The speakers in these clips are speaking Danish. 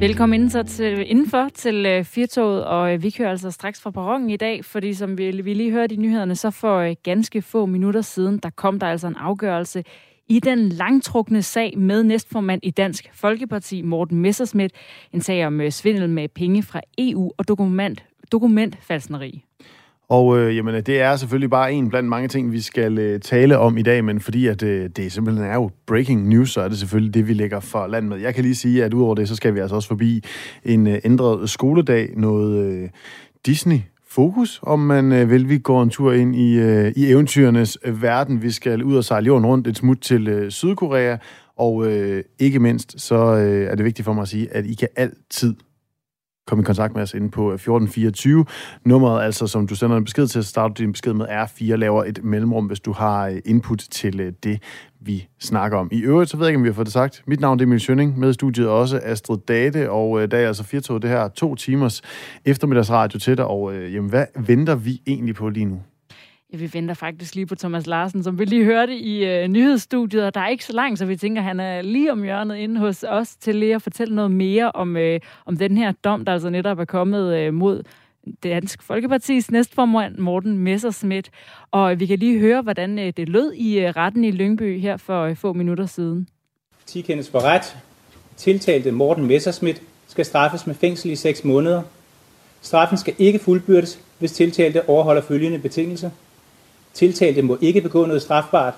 Velkommen indenfor til Firtoget, og vi kører altså straks fra perronen i dag, fordi som vi lige hørte i nyhederne, så for ganske få minutter siden, der kom der altså en afgørelse i den langtrukne sag med næstformand i Dansk Folkeparti, Morten Messerschmidt, en sag om svindel med penge fra EU og dokumentfalskneri. Og jamen, det er selvfølgelig bare en blandt mange ting, vi skal tale om i dag, men fordi at det simpelthen er jo breaking news, så er det selvfølgelig det, vi lægger for land med. Jeg kan lige sige, at udover det, så skal vi altså også forbi en ændret skoledag, noget Disney-fokus, om man vil. Vi går en tur ind i eventyrenes verden. Vi skal ud og sejle jorden rundt et smut til Sydkorea, og ikke mindst så er det vigtigt for mig at sige, at I kan altid kom i kontakt med os inde på 1424. Nummeret, altså, som du sender en besked til, så starter din besked med R4, laver et mellemrum, hvis du har input til det, vi snakker om. I øvrigt, så ved jeg ikke, om vi har fået det sagt. Mit navn er Emil Schønning, med i studiet også Astrid Date, og der er altså Firtoget, det her 2 timers eftermiddagsradio til dig, og jamen, hvad venter vi egentlig på lige nu? Ja, vi venter faktisk lige på Thomas Larsen, som vi lige hørte i nyhedsstudiet, og der er ikke så langt, så vi tænker, han er lige om hjørnet inde hos os til lige at fortælle noget mere om den her dom, der altså netop er kommet mod Dansk Folkepartis næstformand Morten Messerschmidt. Og vi kan lige høre, hvordan det lød i retten i Lyngby her for få minutter siden. 10 kendes for ret. Tiltalte Morten Messerschmidt skal straffes med fængsel i 6 måneder. Straffen skal ikke fuldbyrdes, hvis tiltalte overholder følgende betingelser. Tiltalte må ikke begå noget strafbart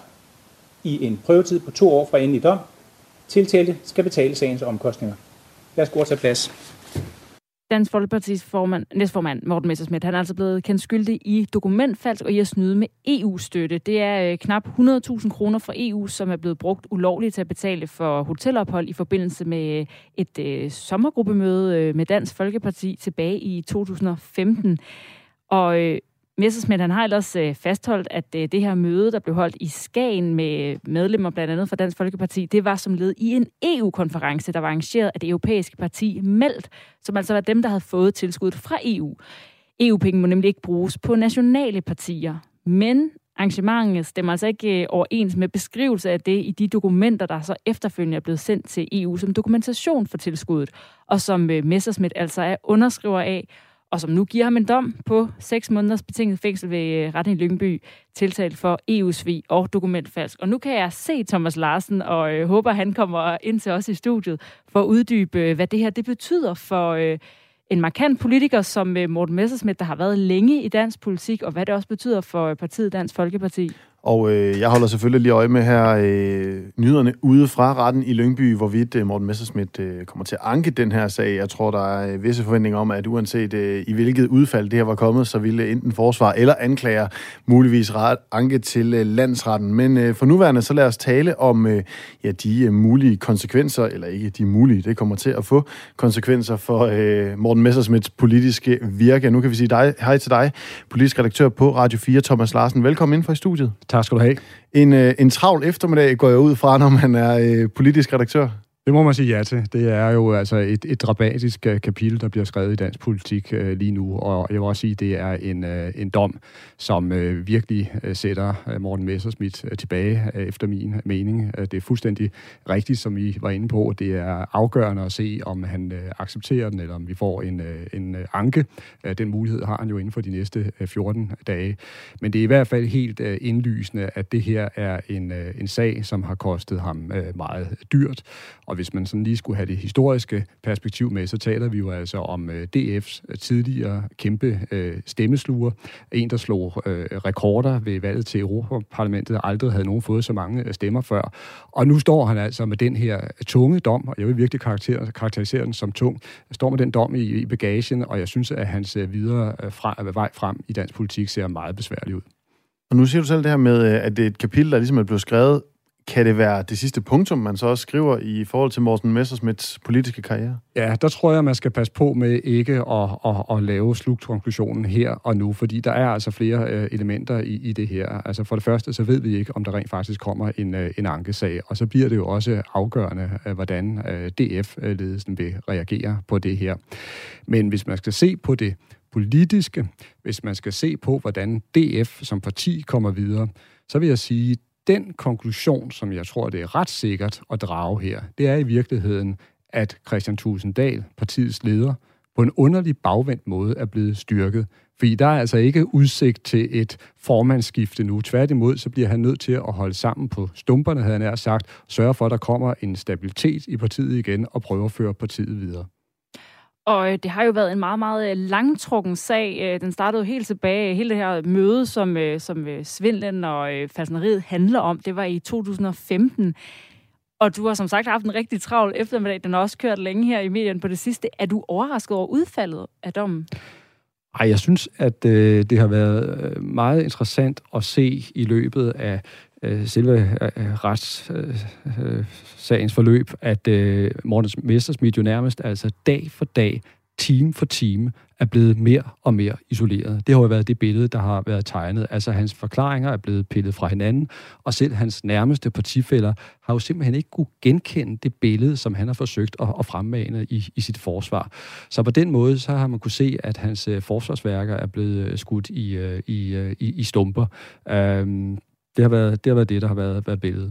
i en prøvetid på 2 år fra endelig dom. Tiltalte skal betale sagens omkostninger. Værsgo at tage plads. Dansk Folkepartis næstformand Morten Messerschmidt, han er altså blevet kendt skyldig i dokumentfalsk og i at snyde med EU-støtte. Det er knap 100.000 kroner fra EU, som er blevet brugt ulovligt til at betale for hotelophold i forbindelse med et sommergruppemøde med Dansk Folkeparti tilbage i 2015. Og Messerschmidt, han har ellers fastholdt, at det her møde, der blev holdt i Skagen med medlemmer blandt andet fra Dansk Folkeparti, det var som led i en EU-konference, der var arrangeret af det europæiske parti Meldt, som altså var dem, der havde fået tilskuddet fra EU. EU-penge må nemlig ikke bruges på nationale partier, men arrangementet stemmer altså ikke overens med beskrivelse af det i de dokumenter, der så efterfølgende er blevet sendt til EU som dokumentation for tilskuddet, og som Messerschmidt altså er underskriver af, og som nu giver ham en dom på 6 måneders betinget fængsel ved retten i Lyngby, tiltalt for EU-svig og dokumentfalsk. Og nu kan jeg se Thomas Larsen, og håber, han kommer ind til os i studiet for at uddybe, hvad det her det betyder for en markant politiker som Morten Messerschmidt, der har været længe i dansk politik, og hvad det også betyder for partiet Dansk Folkeparti. Og jeg holder selvfølgelig lige øje med her nyhederne ude fra retten i Lyngby, hvorvidt Morten Messerschmidt kommer til at anke den her sag. Jeg tror, der er visse forventninger om, at uanset i hvilket udfald det her var kommet, så ville enten forsvar eller anklager muligvis anke til landsretten. Men for nuværende, så lad os tale om de mulige konsekvenser, eller ikke de mulige, det kommer til at få konsekvenser for Morten Messerschmidts politiske virke. Nu kan vi sige hej til dig, politisk redaktør på Radio 4, Thomas Larsen. Velkommen ind fra i studiet. Tak skal du have. En travl eftermiddag går jeg ud fra, når man er politisk redaktør. Det må man sige ja til. Det er jo altså et dramatisk kapitel, der bliver skrevet i dansk politik lige nu, og jeg vil også sige, at det er en dom, som virkelig sætter Morten Messerschmidt tilbage efter min mening. Det er fuldstændig rigtigt, som vi var inde på. Det er afgørende at se, om han accepterer den, eller om vi får en anke. Den mulighed har han jo inden for de næste 14 dage. Men det er i hvert fald helt indlysende, at det her er en sag, som har kostet ham meget dyrt. Og hvis man sådan lige skulle have det historiske perspektiv med, så taler vi jo altså om DF's tidligere kæmpe stemmesluger. En, der slog rekorder ved valget til Europaparlamentet, aldrig havde nogen fået så mange stemmer før. Og nu står han altså med den her tunge dom, og jeg vil virkelig karakterisere den som tung. Står med den dom i bagagen, og jeg synes, at hans videre vej frem i dansk politik ser meget besværlig ud. Og nu siger du selv det her med, at det er et kapitel, der ligesom er blevet skrevet. Kan det være det sidste punktum, man så også skriver i forhold til Morten Messerschmidts politiske karriere? Ja, der tror jeg, man skal passe på med ikke at lave slutkonklusionen her og nu, fordi der er altså flere elementer i det her. Altså for det første, så ved vi ikke, om der rent faktisk kommer en ankesag, og så bliver det jo også afgørende, hvordan DF-ledelsen vil reagere på det her. Men hvis man skal se på det politiske, hvis man skal se på, hvordan DF som parti kommer videre, så vil jeg sige, den konklusion, som jeg tror, det er ret sikkert at drage her, det er i virkeligheden, at Kristian Thulesen Dahl, partiets leder, på en underlig bagvendt måde er blevet styrket. Fordi der er altså ikke udsigt til et formandsskifte nu. Tværtimod, så bliver han nødt til at holde sammen på stumperne, havde han nær sagt, sørge for, at der kommer en stabilitet i partiet igen, og prøve at føre partiet videre. Og det har jo været en meget, meget langtrukken sag. Den startede jo helt tilbage. Hele det her møde, som svindlen og falskneriet handler om, det var i 2015. Og du har som sagt haft en rigtig travl eftermiddag. Den har også kørt længe her i medierne på det sidste. Er du overrasket over udfaldet af dommen? Ej, jeg synes, at det har været meget interessant at se i løbet af selve retssagens forløb, at Morten Messerschmidt jo nærmest altså dag for dag, time for time, er blevet mere og mere isoleret. Det har jo været det billede, der har været tegnet. Altså, hans forklaringer er blevet pillet fra hinanden, og selv hans nærmeste partifæller har jo simpelthen ikke kunne genkende det billede, som han har forsøgt at fremmane i sit forsvar. Så på den måde, så har man kunne se, at hans forsvarsværker er blevet skudt i stumper. Det har været det, der har været billedet.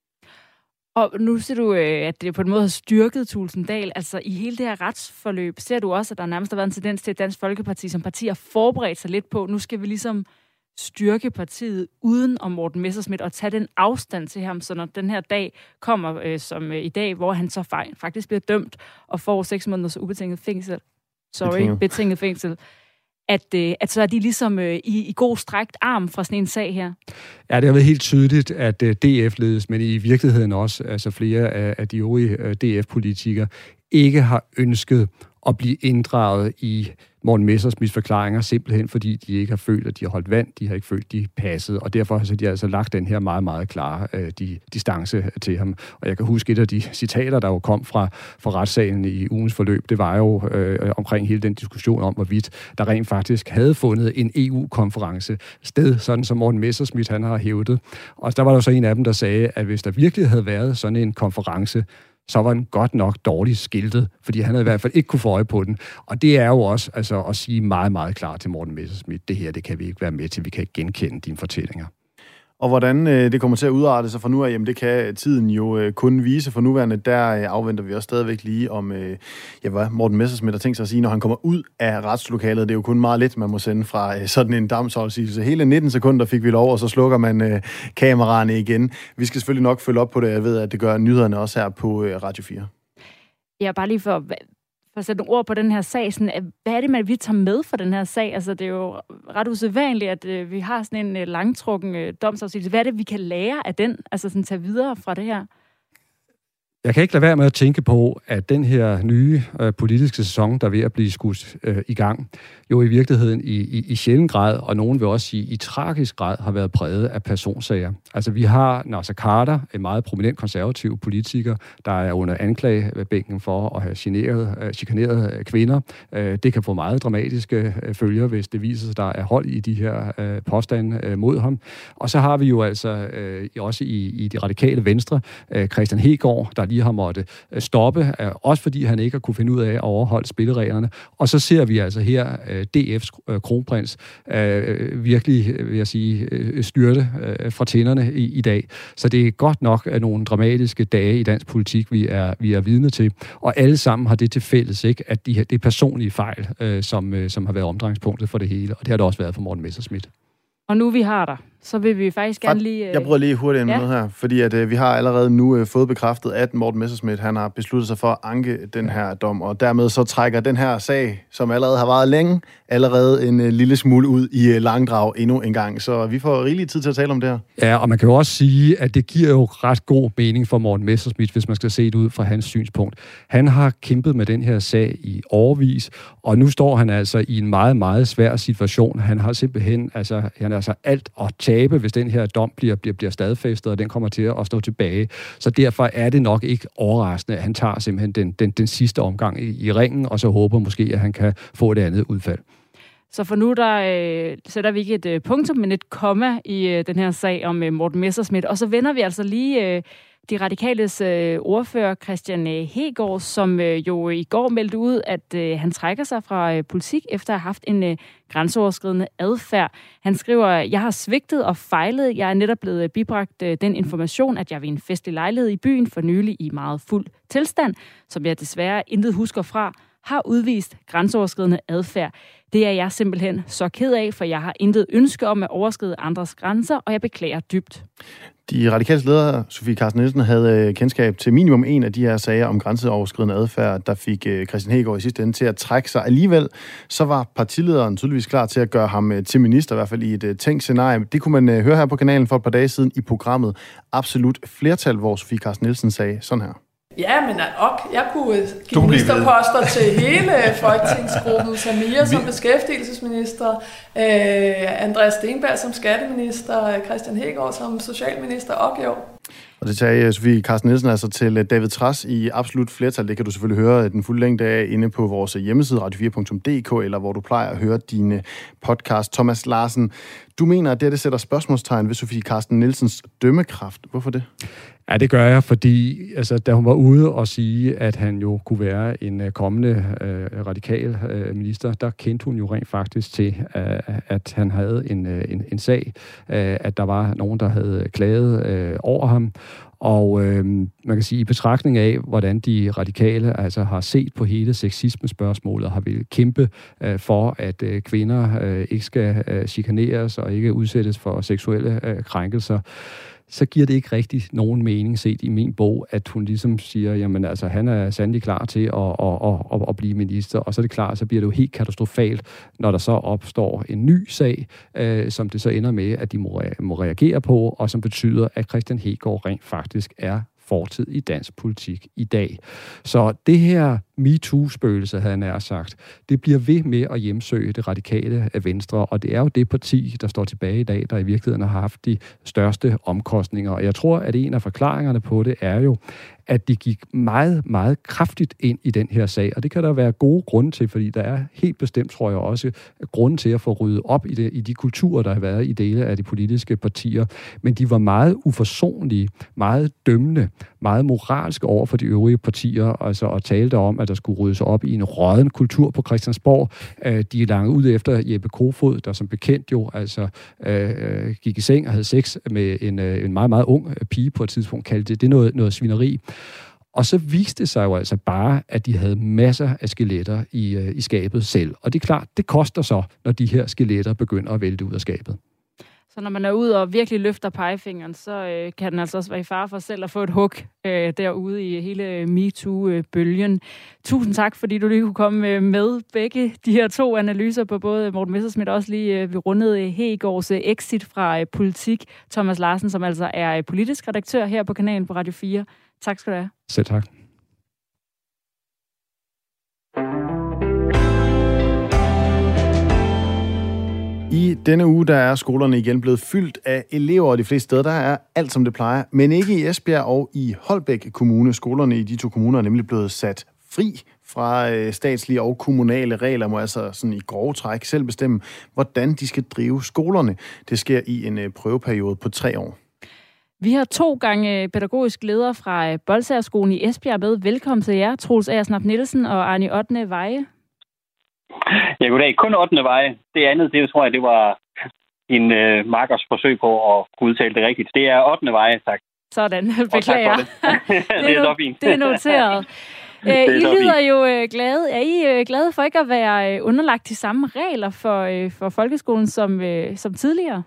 Og nu ser du, at det på en måde har styrket Thulesen Dahl. Altså i hele det her retsforløb, ser du også, at der nærmest har været en tendens til, at Dansk Folkeparti som parti har forberedt sig lidt på, nu skal vi ligesom styrke partiet uden om Morten Messerschmidt og tage den afstand til ham, så når den her dag kommer som i dag, hvor han så faktisk bliver dømt og får 6 måneders ubetinget fængsel. Betinget fængsel. At så er de ligesom i god strakt arm fra sådan en sag her? Ja, det har været helt tydeligt, at DF ledes, men i virkeligheden også altså flere af de øvrige DF-politikere ikke har ønsket at blive inddraget i Morten Messerschmidts forklaringer, simpelthen fordi de ikke har følt, at de har holdt vand, de har ikke følt, de passede, og derfor har de altså lagt den her meget, meget klare distance til ham. Og jeg kan huske et af de citater, der jo kom fra retssagen i ugens forløb, det var jo omkring hele den diskussion om, hvorvidt der rent faktisk havde fundet en EU-konference sted, sådan som Morten Messerschmidt han har hævdet. Og der var der så en af dem, der sagde, at hvis der virkelig havde været sådan en konference, så var den godt nok dårligt skiltet, fordi han havde i hvert fald ikke kunne få øje på den. Og det er jo også altså, at sige meget, meget klart til Morten Messerschmidt, det her, det kan vi ikke være med til, vi kan ikke genkende dine fortællinger. Og hvordan det kommer til at udarte sig fra nu af, jamen det kan tiden jo kun vise. For nuværende, der afventer vi også stadigvæk lige om, hvad Morten Messerschmidt har tænkt sig at sige, når han kommer ud af retslokalet. Det er jo kun meget lidt, man må sende fra sådan en damsafsigelse. Hele 19 sekunder fik vi lov, og så slukker man kameraerne igen. Vi skal selvfølgelig nok følge op på det. Jeg ved, at det gør nyhederne også her på Radio 4. Ja, bare lige for at sætte nogle ord på den her sag. Sådan, hvad er det, man vil tage med for den her sag? Altså, det er jo ret usædvanligt, at vi har sådan en langtrukken domsafsigelse. Hvad er det, vi kan lære af den? Altså, sådan tage videre fra det her? Jeg kan ikke lade være med at tænke på, at den her nye politiske sæson, der er ved at blive skudt i gang, jo i virkeligheden i sjælden grad, og nogen vil også sige i tragisk grad, har været præget af personsager. Altså vi har Naser Khader, en meget prominent konservativ politiker, der er under anklagebænken for at have chikaneret kvinder. Det kan få meget dramatiske følger, hvis det viser sig, der er hold i de her påstande mod ham. Og så har vi jo altså også i det radikale venstre, Kristian Hegaard, der lige har måtte stoppe, også fordi han ikke har kunne finde ud af at overholde spillereglerne. Og så ser vi altså her DF's kronprins virkelig, vil jeg sige, styrte fra tænderne i dag. Så det er godt nok nogle dramatiske dage i dansk politik, vi er vidne til. Og alle sammen har det til fælles, ikke, at det er personlige fejl, som har været omdrejningspunktet for det hele. Og det har det også været for Morten Messerschmidt. Og nu vi har dig, så vil vi faktisk gerne lige... Jeg prøver lige hurtigt ind med noget her, fordi at vi har allerede nu fået bekræftet, at Morten Messerschmidt, han har besluttet sig for at anke den her dom, og dermed så trækker den her sag, som allerede har varet længe, allerede en lille smule ud i langdrag endnu en gang. Så vi får rigelig tid til at tale om det her. Ja, og man kan jo også sige, at det giver jo ret god mening for Morten Messerschmidt, hvis man skal se det ud fra hans synspunkt. Han har kæmpet med den her sag i årevis, og nu står han altså i en meget, meget svær situation. Han har simpelthen alt at tabe, hvis den her dom bliver stadfæstet, og den kommer til at stå tilbage. Så derfor er det nok ikke overraskende, at han tager simpelthen den sidste omgang i ringen, og så håber måske, at han kan få et andet udfald. Så for nu, der sætter vi ikke et punktum, men et komma i den her sag om Morten Messerschmidt. Og så vender vi altså lige de radikales ordfører, Kristian Hegaard, som jo i går meldte ud, at han trækker sig fra politik, efter at have haft en grænseoverskridende adfærd. Han skriver, jeg har svigtet og fejlet. Jeg er netop blevet bibragt den information, at jeg ved en festlig lejlighed i byen for nylig i meget fuld tilstand, som jeg desværre intet husker fra, har udvist grænseoverskridende adfærd. Det er jeg simpelthen så ked af, for jeg har intet ønske om at overskride andres grænser, og jeg beklager dybt. De radikale ledere, Sofie Carsten Nielsen, havde kendskab til minimum en af de her sager om grænseoverskridende adfærd, der fik Kristian Hegaard i sidste ende til at trække sig. Alligevel så var partilederen tydeligvis klar til at gøre ham til minister, i hvert fald i et tænkt scenarie. Det kunne man høre her på kanalen for et par dage siden i programmet Absolut Flertal, hvor Sofie Carsten Nielsen sagde sådan her. Ja, men jeg kunne give ministerposter til hele folketingsgruppen. Samia som beskæftigelsesminister, Andreas Steenberg som skatteminister, Kristian Hegaard som socialminister og jo. Og det sagde Sofie Carsten Nielsen altså til David Trads i Absolut Flertal. Det kan du selvfølgelig høre den fulde længde af inde på vores hjemmeside radio4.dk, eller hvor du plejer at høre dine podcast. Thomas Larsen, du mener, at det sætter spørgsmålstegn ved Sofie Carsten Nielsens dømmekraft. Hvorfor det? Ja, det gør jeg, fordi da hun var ude og sige, at han jo kunne være en kommende radikal minister, der kendte hun jo rent faktisk til, at han havde en sag, at der var nogen, der havde klaget over ham. Og man kan sige, i betragtning af, hvordan de radikale altså har set på hele sexismespørgsmålet og har vil kæmpe for, at kvinder ikke skal chikaneres og ikke udsættes for seksuelle krænkelser, så giver det ikke rigtig nogen mening set i min bog, at hun ligesom siger, jamen altså, han er sandelig klar til at blive minister, og så er det klart, så bliver det jo helt katastrofalt, når der så opstår en ny sag, som det så ender med, at de må reagere på, og som betyder, at Kristian Hegaard rent faktisk er fortid i dansk politik i dag. Så det her MeToo-spøgelse, havde jeg sagt, det bliver ved med at hjemsøge det radikale Venstre, og det er jo det parti, der står tilbage i dag, der i virkeligheden har haft de største omkostninger. Og jeg tror, at en af forklaringerne på det er jo, at de gik meget, meget kraftigt ind i den her sag, og det kan der være gode grunde til, fordi der er helt bestemt, tror jeg også, grund til at få ryddet op i de kulturer, der har været i dele af de politiske partier, men de var meget uforsonlige, meget dømmende, meget moralske over for de øvrige partier, altså og talte om, at der skulle ryddes op i en rådden kultur på Christiansborg. De er langt ud efter Jeppe Kofod, der som bekendt jo altså gik i seng og havde sex med en meget, meget ung pige på et tidspunkt, kaldte det noget svineri. Og så viste det sig jo altså bare, at de havde masser af skeletter i skabet selv. Og det er klart, det koster så, når de her skeletter begynder at vælte ud af skabet. Så når man er ude og virkelig løfter pegefingeren, så kan den altså også være i fare for selv at få et hug derude i hele MeToo-bølgen. Tusind tak, fordi du lige kunne komme med begge de her to analyser på både Morten Messerschmidt og også lige vi rundede Hegaards exit fra politik. Thomas Larsen, som altså er politisk redaktør her på kanalen på Radio 4. Tak skal du have. Selv tak. I denne uge, der er skolerne igen blevet fyldt af elever, og de fleste steder, der er alt, som det plejer. Men ikke i Esbjerg og i Holbæk Kommune. Skolerne i de to kommuner er nemlig blevet sat fri fra statslige og kommunale regler, må altså sådan i grove træk selv bestemme, hvordan de skal drive skolerne. Det sker i en prøveperiode på 3 år. Vi har 2 gange pædagogisk leder fra Bolsagerskolen i Esbjerg med. Velkommen til jer, Troels Agersnap Nielsen og Arne Ottne Veje. Ja, goddag. Kun 8. Veje. Det andet, det tror jeg, det var en markers forsøg på at kunne udtale det rigtigt. Det er 8. Veje, tak. Sådan, beklager. Tak for det. Det er så fint. Det er noteret. I lyder jo glade. Er I glade for ikke at være underlagt de samme regler for folkeskolen som tidligere?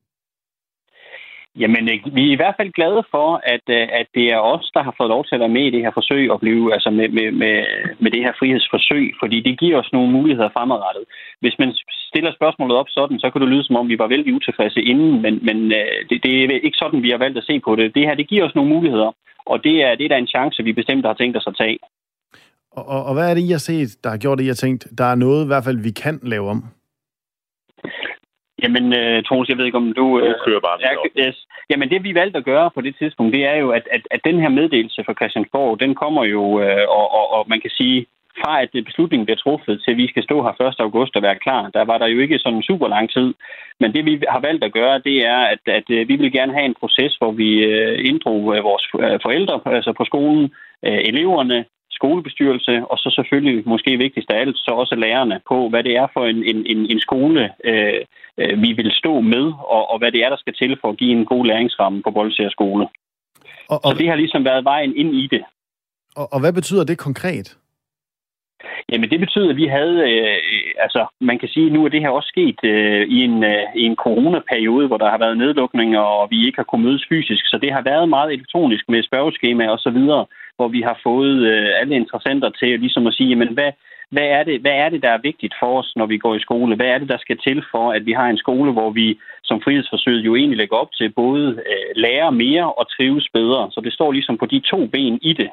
Jamen, vi er i hvert fald glade for, at det er os, der har fået lov til at være med i det her forsøg og blive altså med det her frihedsforsøg, fordi det giver os nogle muligheder fremadrettet. Hvis man stiller spørgsmålet op sådan, så kan det lyde som om, vi var vældig utilfredse inden, men det er ikke sådan, vi har valgt at se på det. Det her, det giver os nogle muligheder, og det er da en chance, vi bestemt har tænkt os at tage. Og hvad er det, I har set, der har gjort det, I har tænkt, der er noget i hvert fald, vi kan lave om? Jamen, Troels, jeg ved ikke, om du kører bare yes. Jamen, det vi valgte at gøre på det tidspunkt, det er jo, at den her meddelelse fra Christiansborg, den kommer jo, og man kan sige, fra at beslutningen bliver truffet til, at vi skal stå her 1. august og være klar, der var der jo ikke sådan super lang tid. Men det, vi har valgt at gøre, det er, at vi vil gerne have en proces, hvor vi inddrog vores forældre altså på skolen, eleverne, skolebestyrelse, og så selvfølgelig, måske vigtigst af alt, så også lærerne på, hvad det er for en skole, vi vil stå med, og hvad det er, der skal til for at give en god læringsramme på Bolsager skole. Så det har ligesom været vejen ind i det. Og hvad betyder det konkret? Jamen, det betyder, at vi havde, man kan sige, nu er det her også sket i en coronaperiode, hvor der har været nedlukninger, og vi ikke har kunnet mødes fysisk. Så det har været meget elektronisk med spørgeskema og så videre, hvor vi har fået alle interessenter til ligesom at sige, jamen, hvad er det, der er vigtigt for os, når vi går i skole? Hvad er det, der skal til for, at vi har en skole, hvor vi som frihedsforsøget jo egentlig lægger op til både lære mere og trives bedre? Så det står ligesom på de to ben i det.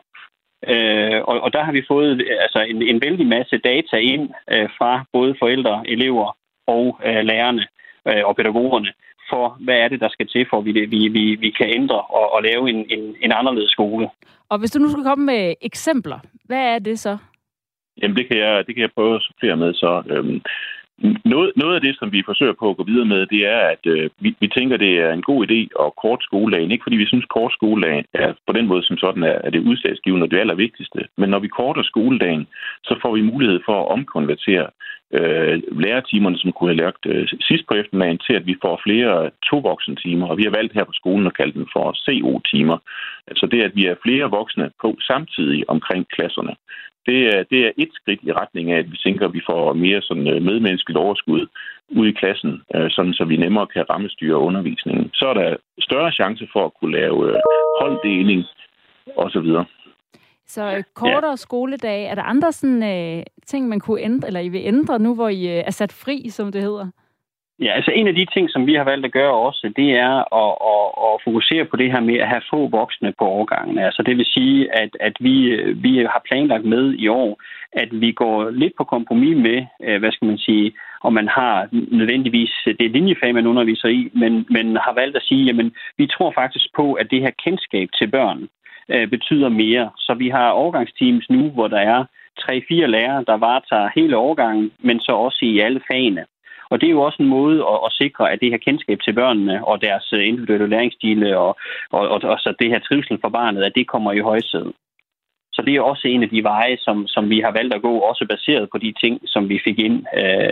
Og der har vi fået en vældig masse data ind fra både forældre, elever og lærerne og pædagogerne for, hvad er det, der skal til, for at vi kan ændre og lave en anderledes skole. Og hvis du nu skulle komme med eksempler, hvad er det så? Jamen, det kan jeg prøve at supplere med. Så noget af det, som vi forsøger på at gå videre med, det er, at vi tænker, det er en god idé at kort skoledagen. Ikke fordi vi synes, kort skoledagen er på den måde som sådan er det udslagsgivende og det allervigtigste. Men når vi korter skoledagen, så får vi mulighed for at omkonvertere lærertimerne, som kunne have lagt sidst på eftermiddagen, til at vi får flere tovoksentimer. Og vi har valgt her på skolen at kalde dem for CO-timer. Altså det, at vi er flere voksne på samtidig omkring klasserne. Det er et skridt i retning af, at vi tænker, at vi får mere sådan medmenneskeligt overskud ude i klassen, sådan så vi nemmere kan rammestyre undervisningen. Så er der større chance for at kunne lave holddeling osv. Så kortere skoledag, er der andre sådan, ting, man kunne ændre, eller I vil ændre nu, hvor I er sat fri, som det hedder? Ja, altså en af de ting, som vi har valgt at gøre også, det er at fokusere på det her med at have få voksne på årgangen. Altså det vil sige, at vi har planlagt med i år, at vi går lidt på kompromis med, om man har nødvendigvis det linjefag, man underviser i, men har valgt at sige, jamen vi tror faktisk på, at det her kendskab til børn betyder mere. Så vi har årgangsteams nu, hvor der er 3-4 lærere, der varetager hele årgangen, men så også i alle fagene. Og det er jo også en måde at sikre, at det her kendskab til børnene og deres individuelle læringsstile og så det her trivsel for barnet, at det kommer i højsædet. Så det er også en af de veje, som vi har valgt at gå, også baseret på de ting, som vi fik ind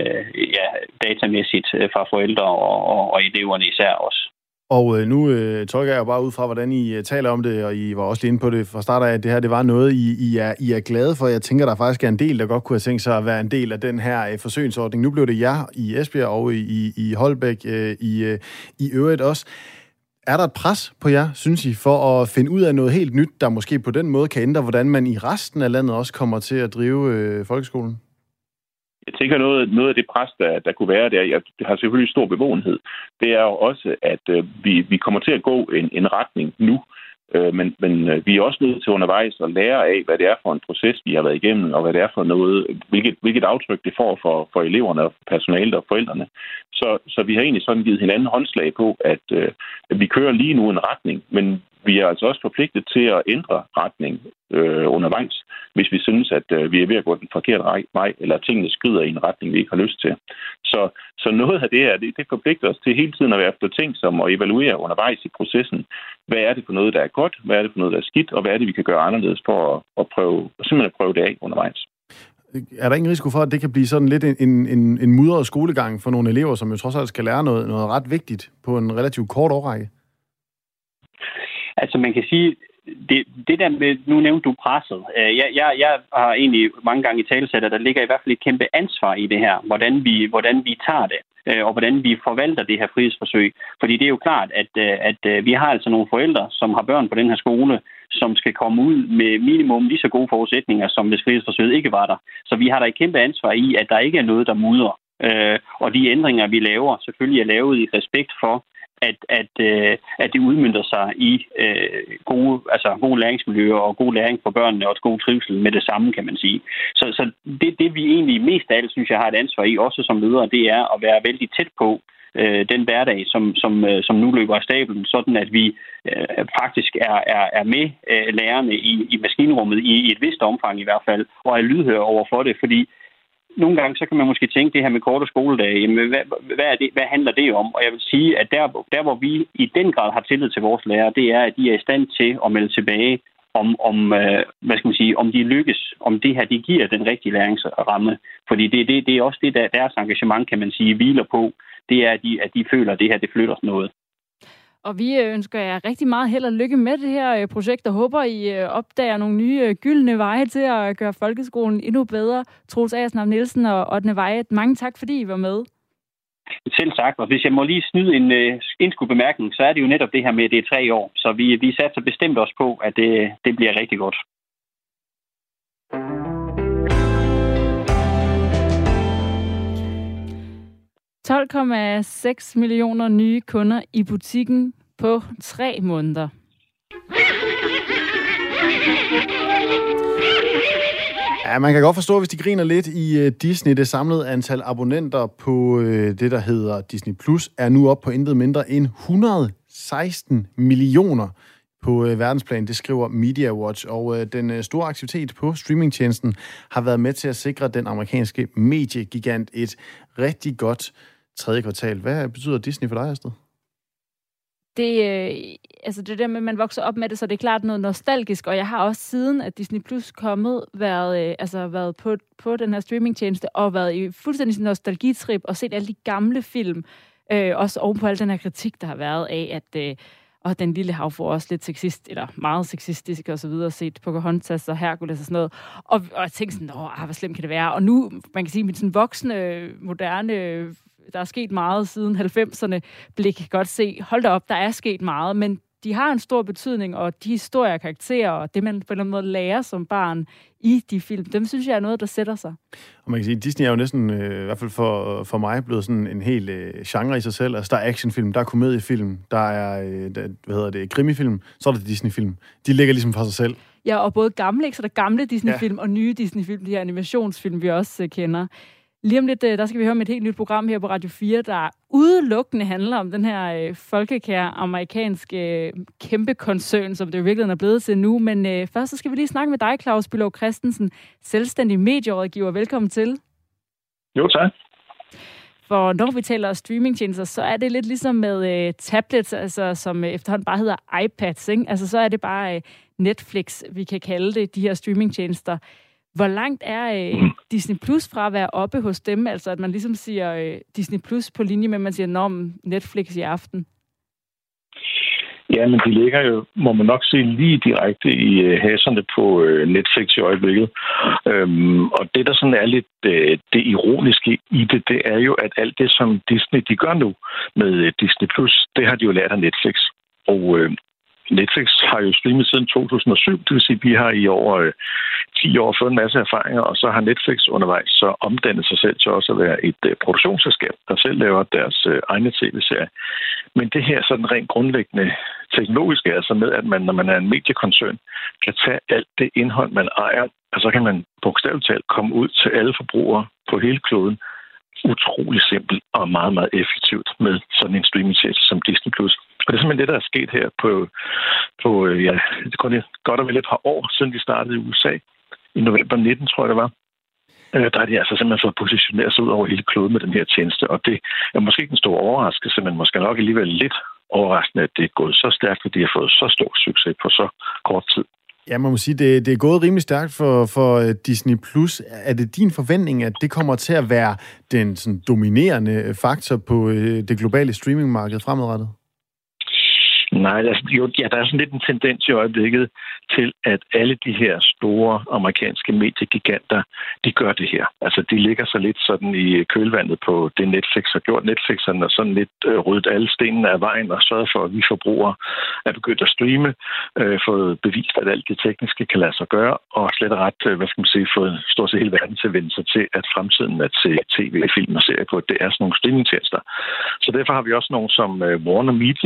datamæssigt fra forældre og eleverne især også. Og nu trykker jeg jo bare ud fra, hvordan I taler om det, og I var også lige inde på det fra start af, at det her det var noget, I er glade for. Jeg tænker, der faktisk er en del, der godt kunne have tænkt sig at være en del af den her forsøgsordning. Nu blev det jer i Esbjerg og i Holbæk i øvrigt også. Er der et pres på jer, synes I, for at finde ud af noget helt nyt, der måske på den måde kan ændre, hvordan man i resten af landet også kommer til at drive folkeskolen? Jeg tænker, noget af det pres, der kunne være der, det har selvfølgelig stor bevågenhed. Det er jo også, at vi kommer til at gå en retning nu, men vi er også nødt til undervejs at lære af, hvad det er for en proces, vi har været igennem, og hvad det er for noget, hvilket aftryk det får for eleverne og personalet og forældrene. Så vi har egentlig sådan givet hinanden håndslag på, at vi kører lige nu en retning, men vi er altså også forpligtet til at ændre retning undervejs, hvis vi synes, at vi er ved at gå den forkerte vej, eller tingene skrider i en retning, vi ikke har lyst til. Så noget af det her, det forpligter os til hele tiden at være eftertænksomme og evaluere undervejs i processen. Hvad er det for noget, der er godt? Hvad er det for noget, der er skidt? Og hvad er det, vi kan gøre anderledes for at prøve det af undervejs? Er der ingen risiko for, at det kan blive sådan lidt en mudret skolegang for nogle elever, som jo trods alt skal lære noget ret vigtigt på en relativt kort årrække? Altså man kan sige, det der med, nu nævnte du presset. Jeg har egentlig mange gange i talesæt, at der ligger i hvert fald et kæmpe ansvar i det her, hvordan vi tager det, og hvordan vi forvalter det her frihedsforsøg. Fordi det er jo klart, at vi har altså nogle forældre, som har børn på den her skole, som skal komme ud med minimum lige så gode forudsætninger, som hvis frihedsforsøget ikke var der. Så vi har da et kæmpe ansvar i, at der ikke er noget, der mudrer. Og de ændringer, vi laver, selvfølgelig er lavet i respekt for, at det udmønter sig i gode læringsmiljøer og god læring for børnene og et god trivsel med det samme, kan man sige. Så det vi egentlig mest af alt, synes jeg, har et ansvar i, også som ledere, det er at være vældig tæt på den hverdag, som nu løber af stablen, sådan at vi faktisk er med lærerne i maskinrummet i et vist omfang i hvert fald, og er lydhøre over for det, fordi nogle gange så kan man måske tænke det her med korte skoledage, jamen, hvad handler det om? Og jeg vil sige, at der hvor vi i den grad har tillid til vores lærere, det er, at de er i stand til at melde tilbage om de lykkes, om det her, de giver den rigtige læringsramme. Fordi det er også det, der deres engagement, kan man sige, hviler på. Det er, at de føler, at det her, det flytter noget. Og vi ønsker jer rigtig meget held og lykke med det her projekt, og håber, I opdager nogle nye gyldne veje til at gøre folkeskolen endnu bedre. Troels Agersnap Nielsen og Oddne Weihe, mange tak, fordi I var med. Selv sagt, og hvis jeg må lige snyde en indskudt bemærkning, så er det jo netop det her med, at det er 3 år. Så vi satser bestemt også på, at det bliver rigtig godt. $12,6 millioner nye kunder i butikken på 3 måneder. Ja, man kan godt forstå, hvis de griner lidt i Disney. Det samlede antal abonnenter på det, der hedder Disney Plus, er nu op på intet mindre end 116 millioner på verdensplan. Det skriver Media Watch, og den store aktivitet på streamingtjenesten har været med til at sikre den amerikanske mediegigant et rigtig godt 3. kvartal. Hvad betyder Disney for dig, Astrid? Det der med, at man vokser op med det, så det er klart noget nostalgisk, og jeg har også siden, at Disney Plus været på den her streamingtjeneste, og været i fuldstændig nostalgitrip, og set alle de gamle film, også ovenpå al den her kritik, der har været af, at den lille havfru også lidt sexist, eller meget sexistisk og så videre, set Pocahontas og Hercules og sådan noget, og jeg tænkte sådan, hvor slemt kan det være, og nu, man kan sige, med sådan voksne, moderne, der er sket meget siden 90'erne, blik kan godt se, hold da op, der er sket meget, men de har en stor betydning, og de historier og karakterer, og det man på en eller anden måde lærer som barn i de film, dem synes jeg er noget, der sætter sig. Og man kan sige, Disney er jo næsten, i hvert fald for mig, blevet sådan en hel genre i sig selv. Altså, der er actionfilm, der er komediefilm, der er krimifilm, så er der Disney-film. De ligger ligesom for sig selv. Ja, og både gamle, ikke? Så der er gamle Disney-film og nye Disney-film, de her animationsfilm, vi også kender. Lige om lidt, der skal vi høre om et helt nyt program her på Radio 4, der udelukkende handler om den her folkekære amerikanske kæmpe koncern, som det jo virkelig er blevet til nu. Men først så skal vi lige snakke med dig, Claus Bülow Christensen, selvstændig medierådgiver. Velkommen til. Jo, tak. For når vi taler streamingtjenester, så er det lidt ligesom med tablets, altså, som efterhånden bare hedder iPads, ikke? Altså så er det bare Netflix, vi kan kalde det, de her streamingtjenester. Hvor langt er Disney Plus fra at være oppe hos dem? Altså, at man ligesom siger Disney Plus på linje med, at man siger, Netflix i aften? Ja, men de ligger jo, må man nok se, lige direkte i haserne på Netflix i øjeblikket. Og det, der sådan er lidt det ironiske i det, det er jo, at alt det, som Disney de gør nu med Disney Plus, det har de jo lært af Netflix. Og Netflix har jo streamet siden 2007, det vil sige, at vi har i over 10 år fået en masse erfaringer, og så har Netflix undervejs så omdannet sig selv til også at være et produktionsselskab, der selv laver deres egne tv-serier. Men det her sådan rent grundlæggende teknologiske, altså med, at man, når man er en mediekoncern, kan tage alt det indhold, man ejer, og så kan man bogstaveligt talt komme ud til alle forbrugere på hele kloden, utrolig simpelt og meget, meget effektivt med sådan en streamingtjeneste som Disney+. Og det er simpelthen det, der er sket her på det kun godt og vel et par år, siden de startede i USA. I november 19, tror jeg det var. Der er de altså simpelthen fået positioneret sig ud over hele kloden med den her tjeneste. Og det er måske ikke en stor overraskelse, men måske nok alligevel lidt overraskende, at det er gået så stærkt, fordi de har fået så stor succes på så kort tid. Ja, man må sige, det er gået rimelig stærkt for Disney+. Er det din forventning, at det kommer til at være den sådan, dominerende faktor på det globale streamingmarked fremadrettet? Nej, der er sådan lidt en tendens i øjeblikket til, at alle de her store amerikanske mediegiganter, de gør det her. Altså, de ligger så lidt sådan i kølvandet på det Netflix har gjort. Netflix har sådan lidt ryddet alle stenene af vejen og sørget for, at vi forbrugere er begyndt at streame, fået bevist, at alt det tekniske kan lade sig gøre, og slet og ret, fået stort set hele verden til at vende sig til, at fremtiden at se tv, film og serier på, det er sådan nogle streamingtjenester. Så derfor har vi også nogle som Warner Media,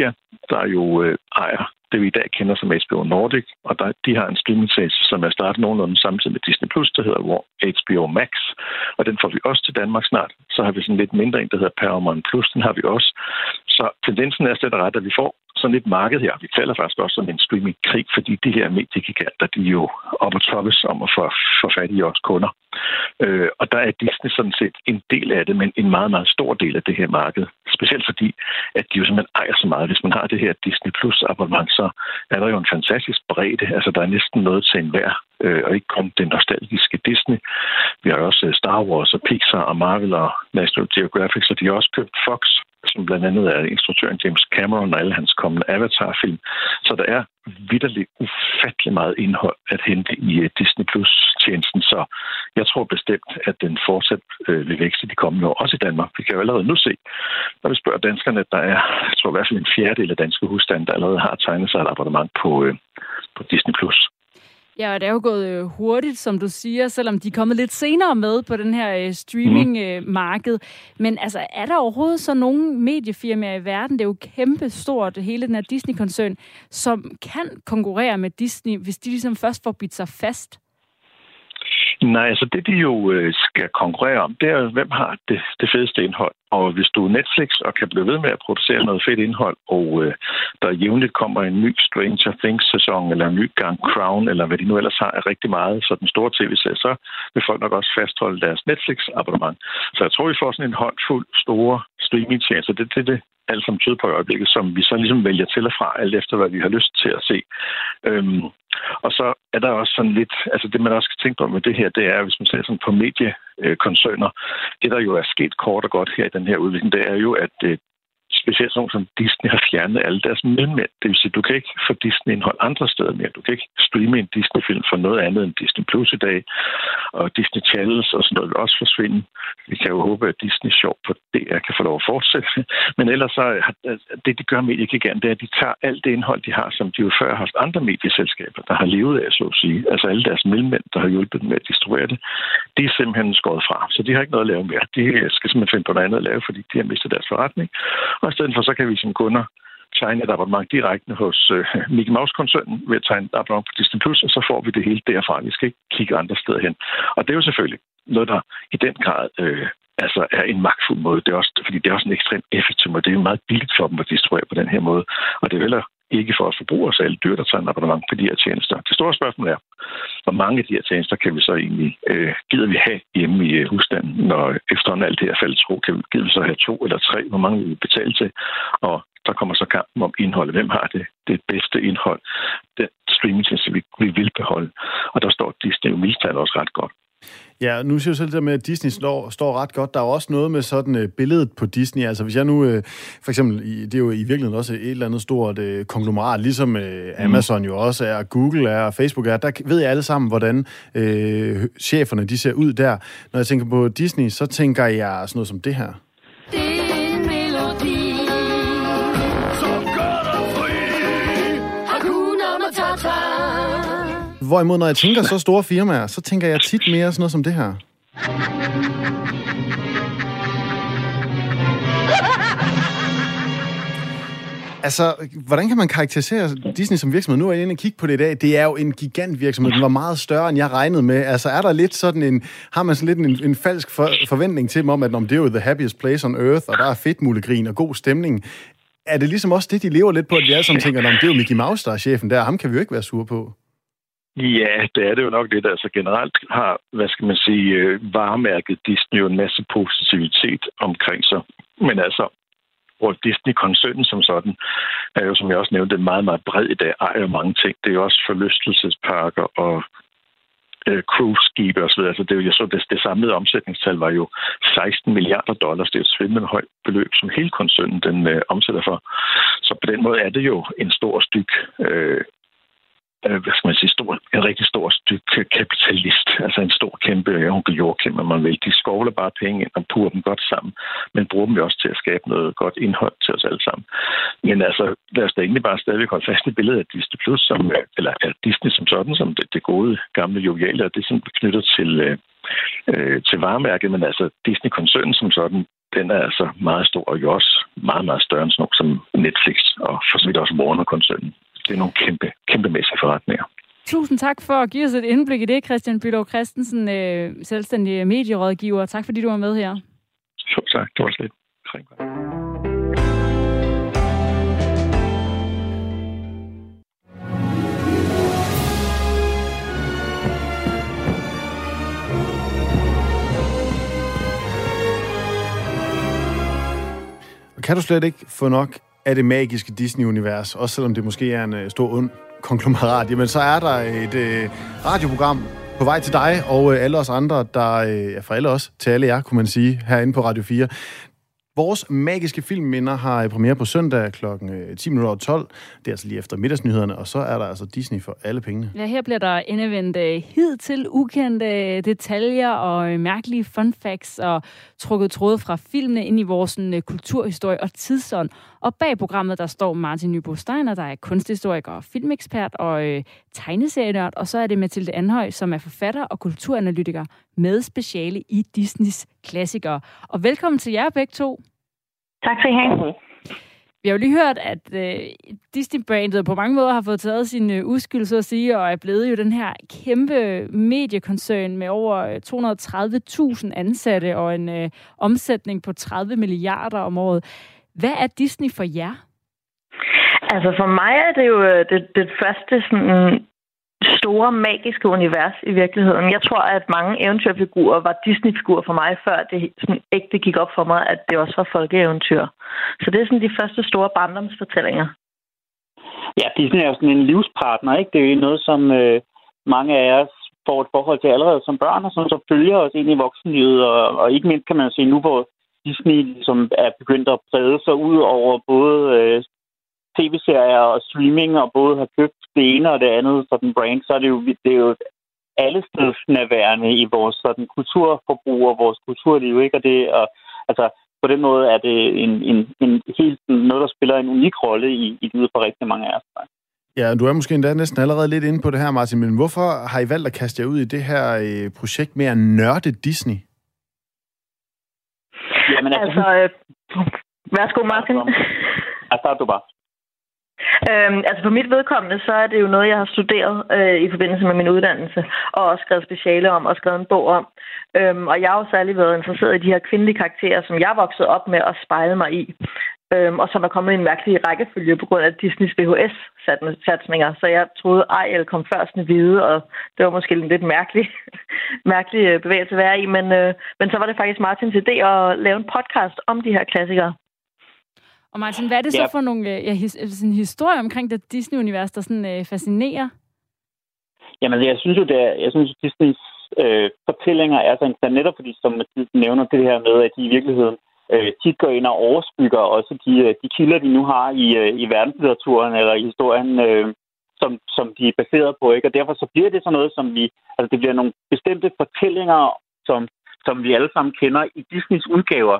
der jo ejer det, vi i dag kender som HBO Nordic, og de har en streamingtjeneste, som er startet nogenlunde samtidig med Disney+, der hedder HBO Max, og den får vi også til Danmark snart. Så har vi sådan lidt mindre en, der hedder Paramount Plus, den har vi også. Så tendensen er slet og ret, at vi får sådan et marked her. Vi taler faktisk også om en streamingkrig, fordi de her mediegiganter, de er jo op og toppes om at få fat i os kunder. Og der er Disney sådan set en del af det, men en meget, meget stor del af det her marked. Specielt fordi, at de jo simpelthen ejer så meget. Hvis man har det her Disney Plus abonnement, så er der jo en fantastisk bredde. Altså, der er næsten noget til enhver, og ikke kun den nostalgiske Disney. Vi har også Star Wars og Pixar og Marvel og National Geographic, så de har også købt Fox, som blandt andet er instruktøren James Cameron og alle hans kommende Avatar-film. Så der er vitterligt ufattelig meget indhold at hente i Disney Plus-tjenesten, så jeg tror bestemt, at den fortsat vil vækste de kommende år, også i Danmark. Vi kan jo allerede nu se, når vi spørger danskerne, at der er, jeg tror i hvert fald en fjerdedel af danske husstande, der allerede har tegnet sig et abonnement på Disney Plus. Ja, og det er jo gået hurtigt, som du siger, selvom de er kommet lidt senere med på den her streaming-marked. Men altså, er der overhovedet så nogle mediefirmaer i verden, det er jo kæmpestort, hele den her Disney-koncern, som kan konkurrere med Disney, hvis de ligesom først får bidt sig fast? Nej, altså det de jo skal konkurrere om, det er hvem har det fedeste indhold. Og hvis du er Netflix og kan blive ved med at producere noget fedt indhold, og der jævnligt kommer en ny Stranger Things-sæson, eller en ny gang Crown, eller hvad de nu ellers har, er rigtig meget, så den store tv-serie, så vil folk nok også fastholde deres Netflix-abonnement. Så jeg tror, vi får sådan en håndfuld store streaming-tjenester. Det er det alt som tyder på i øjeblikket, som vi så ligesom vælger til og fra, alt efter hvad vi har lyst til at se. Og så er der også sådan lidt, altså det man også skal tænke på med det her, det er, hvis man ser sådan på mediekoncerner, det der jo er sket kort og godt her i den her udvikling, det er jo, at specielt sådan som Disney har fjernet alle deres mellemmænd. Det vil sige, du kan ikke få Disney-indhold andre steder mere. Du kan ikke streame en Disney-film for noget andet end Disney Plus i dag. Og Disney Channels og sådan noget vil også forsvinde. Vi kan jo håbe, at Disney Show på DR kan få lov at fortsætte. Men ellers så det, de gør mediegiganter, det er, at de tager alt det indhold, de har, som de jo før har haft andre medieselskaber, der har levet af, så at sige. Altså alle deres mellemmænd, der har hjulpet dem med at distribuere det. De er simpelthen skåret fra. Så de har ikke noget at lave mere. De skal simpelthen finde på noget andet at lave, fordi de har mistet deres forretning. Og i stedet for, så kan vi som kunder tegne et abonnement direkte hos Mickey Mouse-koncernen ved at tegne et abonnement på Disney+, og så får vi det hele derfra. Vi skal ikke kigge andre steder hen. Og det er jo selvfølgelig noget, der i den grad er en magtfuld måde. Det er også, fordi det er også en ekstremt effektiv måde. Det er jo meget billigt for dem at distribuere på den her måde. Og det er vel ikke for os forbrugere, så alle dyr, der tager en abonnement på de her tjenester. Det store spørgsmål er, hvor mange af de her tjenester kan vi så egentlig gider vi have hjemme i husstanden, når efterhånden alt det her falder tro, gider vi så have 2 eller 3, hvor mange vil vi betale til, og der kommer så kampen om indholdet. Hvem har det bedste indhold? Den streamingtjeneste, vi vil beholde. Og der står Disney jo også ret godt. Ja, nu siger du selv det med, at Disney står ret godt. Der er jo også noget med sådan billedet på Disney. Altså hvis jeg nu, for eksempel, det er jo i virkeligheden også et eller andet stort konglomerat, ligesom Amazon jo også er, Google er, og Facebook er. Der ved jeg alle sammen, hvordan cheferne de ser ud der. Når jeg tænker på Disney, så tænker jeg sådan noget som det her. Hvorimod, når jeg tænker så store firmaer, så tænker jeg tit mere sådan noget som det her. Altså, hvordan kan man karakterisere Disney som virksomhed? Nu er jeg inde og kigge på det i dag. Det er jo en gigantvirksomhed. Den var meget større, end jeg regnede med. Altså, er der lidt sådan har man sådan lidt en falsk forventning til dem om, at det er jo the happiest place on earth, og der er fedtmulegrin og god stemning. Er det ligesom også det, de lever lidt på, at vi alle sammen tænker, det er jo Mickey Mouse, der er chefen der. Ham kan vi jo ikke være sure på. Ja, det er det jo nok lidt. Altså generelt har, varemærket Disney jo en masse positivitet omkring sig. Men altså, Walt Disney-koncernen som sådan er jo, som jeg også nævnte, meget, meget bred i dag, ejer mange ting. Det er jo også forlystelsesparker og cruise-skibe og så videre. Altså det samlede omsætningstal var jo $16 milliarder. Det er et svimlende højt beløb, som hele koncernen den omsætter for. Så på den måde er det jo en stor stykke en rigtig stor stykke kapitalist. Altså en stor kæmpe onkel Joachim, man vil. De skovler bare penge ind og purer dem godt sammen, men bruger dem jo også til at skabe noget godt indhold til os alle sammen. Men altså, lad os da egentlig bare stadigvæk holde fast i billedet af Disney Plus, eller Disney som sådan, som det gode, gamle joviale, og det som knytter til varemærket, men altså Disney-koncernen som sådan den er altså meget stor, og jo også meget, meget større end sådan noget som Netflix, og for så vidt også Warner-koncernen. Det er nogle kæmpemæssige forretninger. Tusind tak for at give os et indblik i det, Christian Bülow Christensen, selvstændig medierådgiver. Tak fordi du var med her. Så tak. Det var slet. Kan du slet ikke få nok af det magiske Disney-univers, også selvom det måske er en stor ond konglomerat, jamen så er der et radioprogram på vej til dig og alle os andre, der fra alle os til alle jer, kunne man sige, herinde på Radio 4. Vores magiske filmminder har premiere på søndag kl. 10:12. Det er altså lige efter middagsnyhederne, og så er der altså Disney for alle pengene. Ja, her bliver der endevendt hidtil ukendte detaljer og mærkelige fun facts og trukket tråde fra filmene ind i vores kulturhistorie og tidsånd. Og bag programmet, der står Martin Nybo Steiner, der er kunsthistoriker og filmekspert og tegneserienørd. Og så er det Mathilde Anhøj, som er forfatter og kulturanalytiker med speciale i Disneys klassikere. Og velkommen til jer begge to. Tak skal I have. Vi har jo lige hørt, at Disney-brandet på mange måder har fået taget sin uskyld, så at sige, og er blevet jo den her kæmpe mediekoncern med over 230.000 ansatte og en omsætning på 30 milliarder om året. Hvad er Disney for jer? Altså for mig er det jo det første sådan store magiske univers i virkeligheden. Jeg tror, at mange eventyrfigurer var Disney-figurer for mig, før det sådan ægte gik op for mig, at det også var folkeeventyr. Så det er sådan de første store barndomsfortællinger. Ja, Disney er jo sådan en livspartner, ikke? Det er jo noget, som mange af os får et forhold til allerede som børn, og som så følger os ind i voksenlivet. Og ikke mindst kan man jo se nu, hvor Disney som er begyndt at brede sig ud over både tv-serier og streaming, og både har købt det ene og det andet sådan brand, så er det er jo allestedsnærværende i vores sådan kulturforbrug og vores kulturliv, ikke? Og altså på den måde er det en helt noget, der spiller en unik rolle i livet for rigtig mange af os. Ja, du er måske endda næsten allerede lidt inde på det her, Martin, men hvorfor har I valgt at kaste jer ud i det her projekt med at nørde Disney? Jamen, værsgo, Martin. Altså, du bare. Altså for mit vedkommende, så er det jo noget, jeg har studeret i forbindelse med min uddannelse, og også skrevet speciale om og skrevet en bog om. Og jeg har jo særlig været interesseret i de her kvindelige karakterer, som jeg voksede op med at spejle mig i, og som er kommet i en mærkelig rækkefølge på grund af Disneys VHS-satsninger. Så jeg troede, Ariel kom først med hvide, og det var måske en lidt mærkelig bevægelse at være i, men så var det faktisk Martins idé at lave en podcast om de her klassikere. Og Martin, hvad er det så for nogle sådan historier omkring det Disney-univers, der sådan fascinerer? Jamen, jeg synes Disneys fortællinger er så interessant, netop fordi, som Mathilde nævner, det her med, at de i virkeligheden tit går ind og overskygger også de kilder, de nu har i verdenslitteraturen eller i historien, som de er baseret på, ikke? Og derfor så bliver det sådan noget, det bliver nogle bestemte fortællinger, som vi alle sammen kender i Disneys udgaver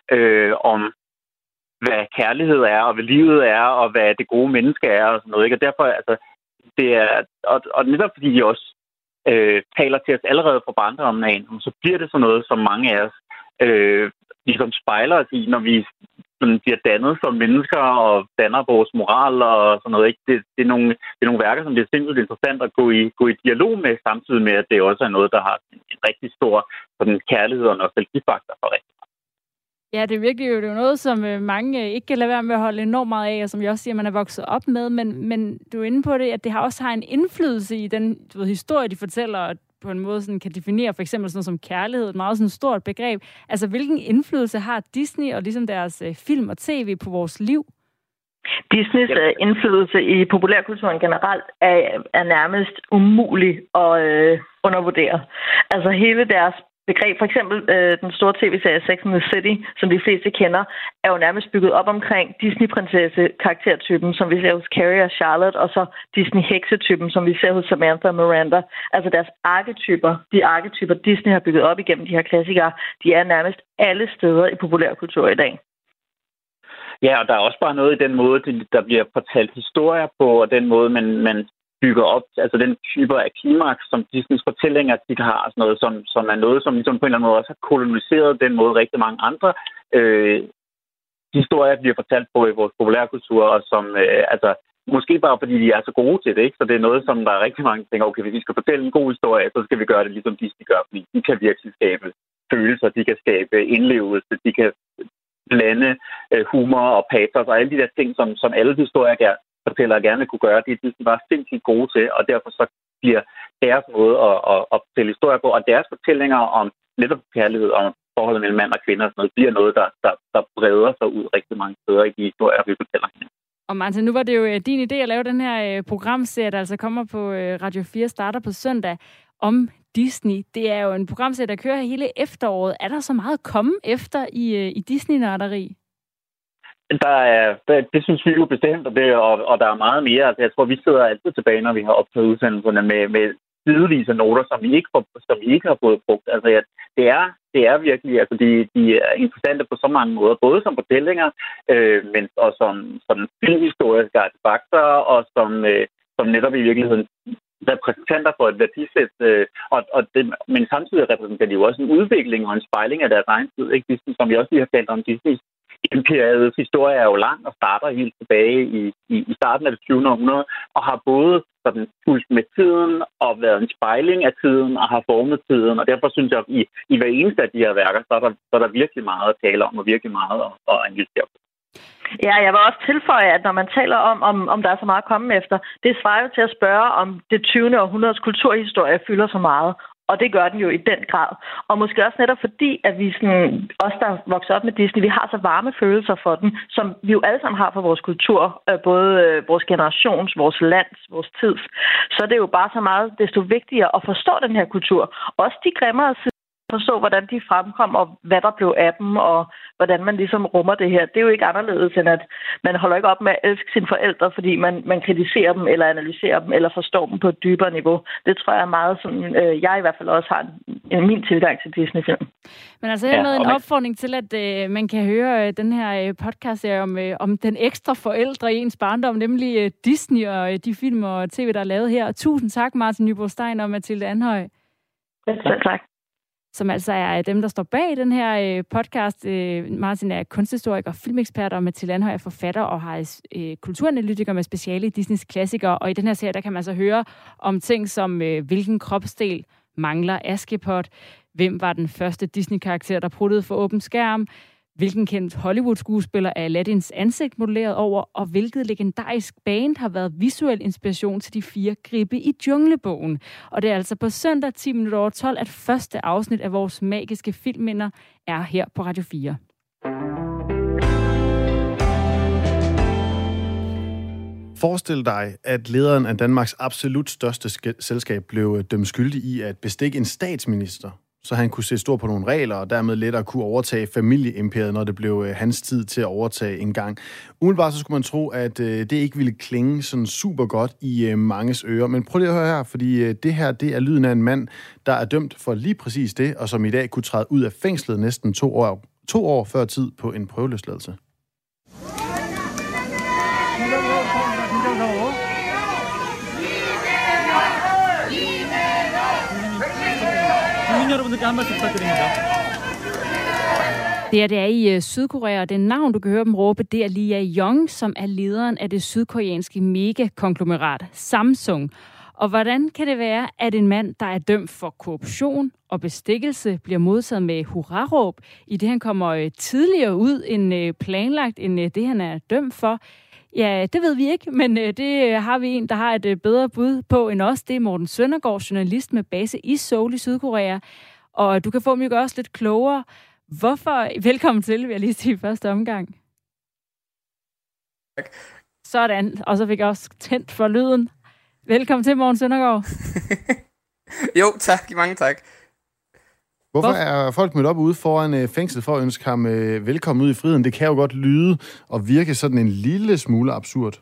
om hvad kærlighed er, og hvad livet er, og hvad det gode menneske er, og sådan noget, ikke? Og derfor, altså, det er, og netop fordi de også taler til os allerede fra barndommen af, så bliver det sådan noget, som mange af os ligesom spejler os i, når vi sådan bliver dannet som mennesker, og danner vores moral, og sådan noget, ikke? Det er nogle værker, som det er simpelthen interessant at gå i dialog med, samtidig med, at det også er noget, der har en rigtig stor sådan, kærlighed og nostalgifaktor for rigtig. Ja, det er virkelig jo noget, som mange ikke kan lade være med at holde enormt meget af, og som jeg også siger, man er vokset op med, men du er inde på det, at det har også har en indflydelse i den historie, de fortæller, og på en måde sådan kan definere for eksempel sådan noget som kærlighed, et meget sådan stort begreb. Altså, hvilken indflydelse har Disney og ligesom deres film og tv på vores liv? Disneys indflydelse i populærkulturen generelt er nærmest umulig at undervurdere. Altså, hele deres begreb, for eksempel den store tv-serie Sex and the City, som de fleste kender, er jo nærmest bygget op omkring Disney-prinsesse-karaktertypen, som vi ser hos Carrie og Charlotte, og så Disney-heksetypen, som vi ser hos Samantha og Miranda. Altså deres arketyper, de arketyper, Disney har bygget op igennem de her klassikere, de er nærmest alle steder i populærkultur i dag. Ja, og der er også bare noget i den måde, der bliver fortalt historier på, og den måde, man bygger op, altså den typer af klimaks, som Disneys fortællinger tit har, sådan noget, som er noget, som ligesom på en eller anden måde også har koloniseret den måde rigtig mange andre historier bliver fortalt på i vores populærkultur, og som måske bare fordi de er så gode til det, ikke? Så det er noget, som der er rigtig mange tænker, okay, hvis vi skal fortælle en god historie, så skal vi gøre det ligesom Disney gør, fordi de kan virkelig skabe følelser, de kan skabe indlevelse, de kan blande humor og patos og alle de der ting, som alle historiefortællere gerne kunne gøre. Det er de bare sindssygt gode til, og derfor så bliver deres måde at fortælle historier på, og deres fortællinger om netop kærlighed og forholdet mellem mand og kvinder og sådan noget, bliver noget, der breder sig ud rigtig mange steder i de historier, vi fortæller her. Og Martin, nu var det jo din idé at lave den her programserie, der altså kommer på Radio 4, starter på søndag, om Disney. Det er jo en programserie, der kører hele efteråret. Er der så meget at komme efter i Disney-nørderi? Det synes vi jo bestemt, og der er meget mere. Altså, jeg tror, vi sidder altid tilbage, når vi har optaget udsendelserne med sidevis af noter, som vi ikke har fået brugt. Altså, det er virkelig, altså de er interessante på så mange måder, både som fortællinger, men og som filmhistoriske artefakter, og som netop i virkeligheden repræsentanter for et værdisæt, men samtidig repræsenterer de jo også en udvikling og en spejling af deres egen tid, ikke? Disney, som vi også lige har talt om, Disneys imperiets historie er jo lang og starter helt tilbage i starten af det 20. århundrede, og har både sådan fulgt med tiden og været en spejling af tiden og har formet tiden, og derfor synes jeg, at i hver eneste af de her værker, så er der virkelig meget at tale om og virkelig meget at analysere på. Ja, jeg vil også tilføje, at når man taler om der er så meget at komme efter, det svarer jo til at spørge, om det 20. århundredes kulturhistorie fylder så meget. Og det gør den jo i den grad. Og måske også netop fordi, at vi os, der vokser op med Disney, vi har så varme følelser for den, som vi jo alle sammen har for vores kultur, både vores generations, vores lands, vores tids. Så det er jo bare så meget desto vigtigere at forstå den her kultur. Også de grimmere sider, forstå, hvordan de fremkom, og hvad der blev af dem, og hvordan man ligesom rummer det her. Det er jo ikke anderledes, end at man holder ikke op med at elske sine forældre, fordi man kritiserer dem, eller analyserer dem, eller forstår dem på et dybere niveau. Det tror jeg er meget sådan, jeg i hvert fald også har min tilgang til Disney-film. Men altså her med en opfordring til, at man kan høre den her podcast om den ekstra forældre i ens barndom, nemlig Disney og de film og tv, der er lavet her. Tusind tak, Martin Nyborg Stein og Mathilde Anhøj. Selv tak. Som altså er dem, der står bag den her podcast. Martin er kunsthistoriker og filmekspert, og Mathilde Anhøj er forfatter og har kulturanalytiker med speciale i Disneys klassikere. Og i den her serie, der kan man så høre om ting som, hvilken kropsdel mangler Askepot, hvem var den første Disney-karakter, der pruttede for åben skærm, hvilken kendt Hollywood-skuespiller er Aladdins ansigt modelleret over, og hvilket legendarisk band har været visuel inspiration til de 4 gribbe i Junglebogen. Og det er altså på søndag 10:12, at første afsnit af vores magiske filmminder er her på Radio 4. Forestil dig, at lederen af Danmarks absolut største selskab blev dømt skyldig i at bestikke en statsminister, så han kunne se stort på nogle regler, og dermed lettere kunne overtage familieimperiet, når det blev hans tid til at overtage en gang. Umiddelbart så skulle man tro, at det ikke ville klinge sådan super godt i manges ører. Men prøv lige at høre her, fordi det her, det er lyden af en mand, der er dømt for lige præcis det, og som i dag kunne træde ud af fængslet næsten 2 år før tid på en prøveløsladelse. Det er i Sydkorea, og det navn, du kan høre dem råbe, det er Lee Young, som er lederen af det sydkoreanske megakonglomerat Samsung. Og hvordan kan det være, at en mand, der er dømt for korruption og bestikkelse, bliver modtaget med hurraråb, i det han kommer tidligere ud end planlagt, end det han er dømt for? Ja, det ved vi ikke, men det har vi en, der har et bedre bud på end os. Det er Morten Søndergaard, journalist med base i Seoul i Sydkorea. Og du kan få mig også lidt klogere. Velkommen til, vil jeg lige sige i første omgang. Tak. Sådan, og så fik jeg også tændt for lyden. Velkommen til, Morten Søndergaard. Jo, tak. Mange tak. Hvorfor er folk mødt op ude foran fængslet for at ønske ham velkommen ud i friheden? Det kan jo godt lyde og virke sådan en lille smule absurd.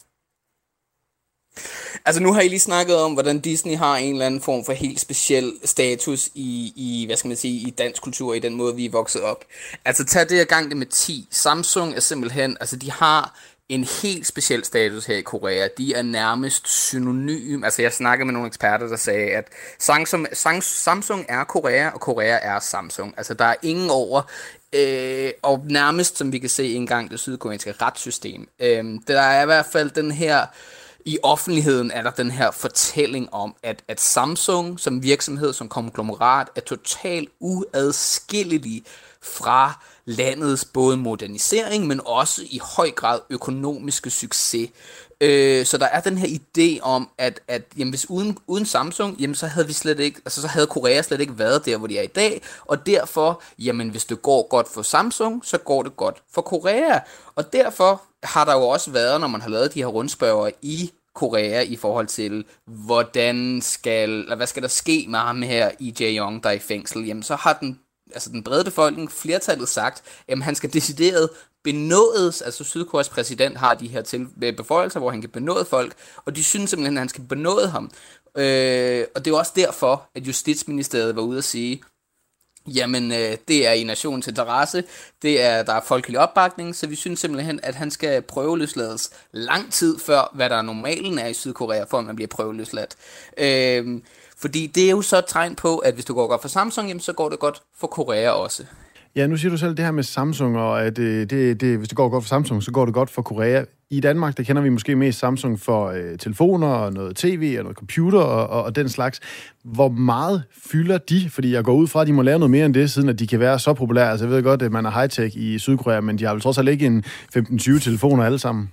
Altså nu har I lige snakket om, hvordan Disney har en eller anden form for helt speciel status i hvad skal man sige, i dansk kultur, i den måde, vi er vokset op. Altså tag det og gang det med 10. Samsung er simpelthen, altså de har en helt speciel status her i Korea. De er nærmest synonym. Altså jeg snakkede med nogle eksperter, der sagde, at Samsung er Korea, og Korea er Samsung. Altså der er ingen over. Og nærmest, som vi kan se engang, det sydkoreanske retssystem. Der er i hvert fald den her, i offentligheden er der den her fortælling om, at Samsung som virksomhed, som konglomerat, er totalt uadskillelig fra landets både modernisering, men også i høj grad økonomiske succes. Så der er den her idé om, at jamen, hvis uden Samsung, jamen, så havde vi slet ikke, altså så havde Korea slet ikke været der, hvor de er i dag, og derfor, jamen hvis det går godt for Samsung, så går det godt for Korea. Og derfor har der jo også været, når man har lavet de her rundspørger i Korea i forhold til, hvad skal der ske med ham her, Lee Jae-yong, der er i fængsel, jamen så har den brede befolkning, flertallet sagt, at han skal decideret benådes, altså Sydkoreas præsident har de her beføjelser, hvor han kan benåde folk, og de synes simpelthen, at han skal benåde ham. Og det er også derfor, at Justitsministeriet var ude at sige, jamen det er i nationens interesse, der er folkelig opbakning, så vi synes simpelthen, at han skal prøveløslades lang tid før, hvad der normalen er i Sydkorea, for at man bliver prøveløsladt. Fordi det er jo så et tegn på, at hvis du går godt for Samsung, jamen, så går det godt for Korea også. Ja, nu siger du selv det her med Samsung, og at hvis det går godt for Samsung, så går det godt for Korea. I Danmark, der kender vi måske mest Samsung for telefoner og noget tv og noget computer og den slags. Hvor meget fylder de? Fordi jeg går ud fra, at de må lave noget mere end det, siden at de kan være så populære. Altså jeg ved godt, at man er high-tech i Sydkorea, men de har vel trods alt ikke en 15-20 telefoner alle sammen.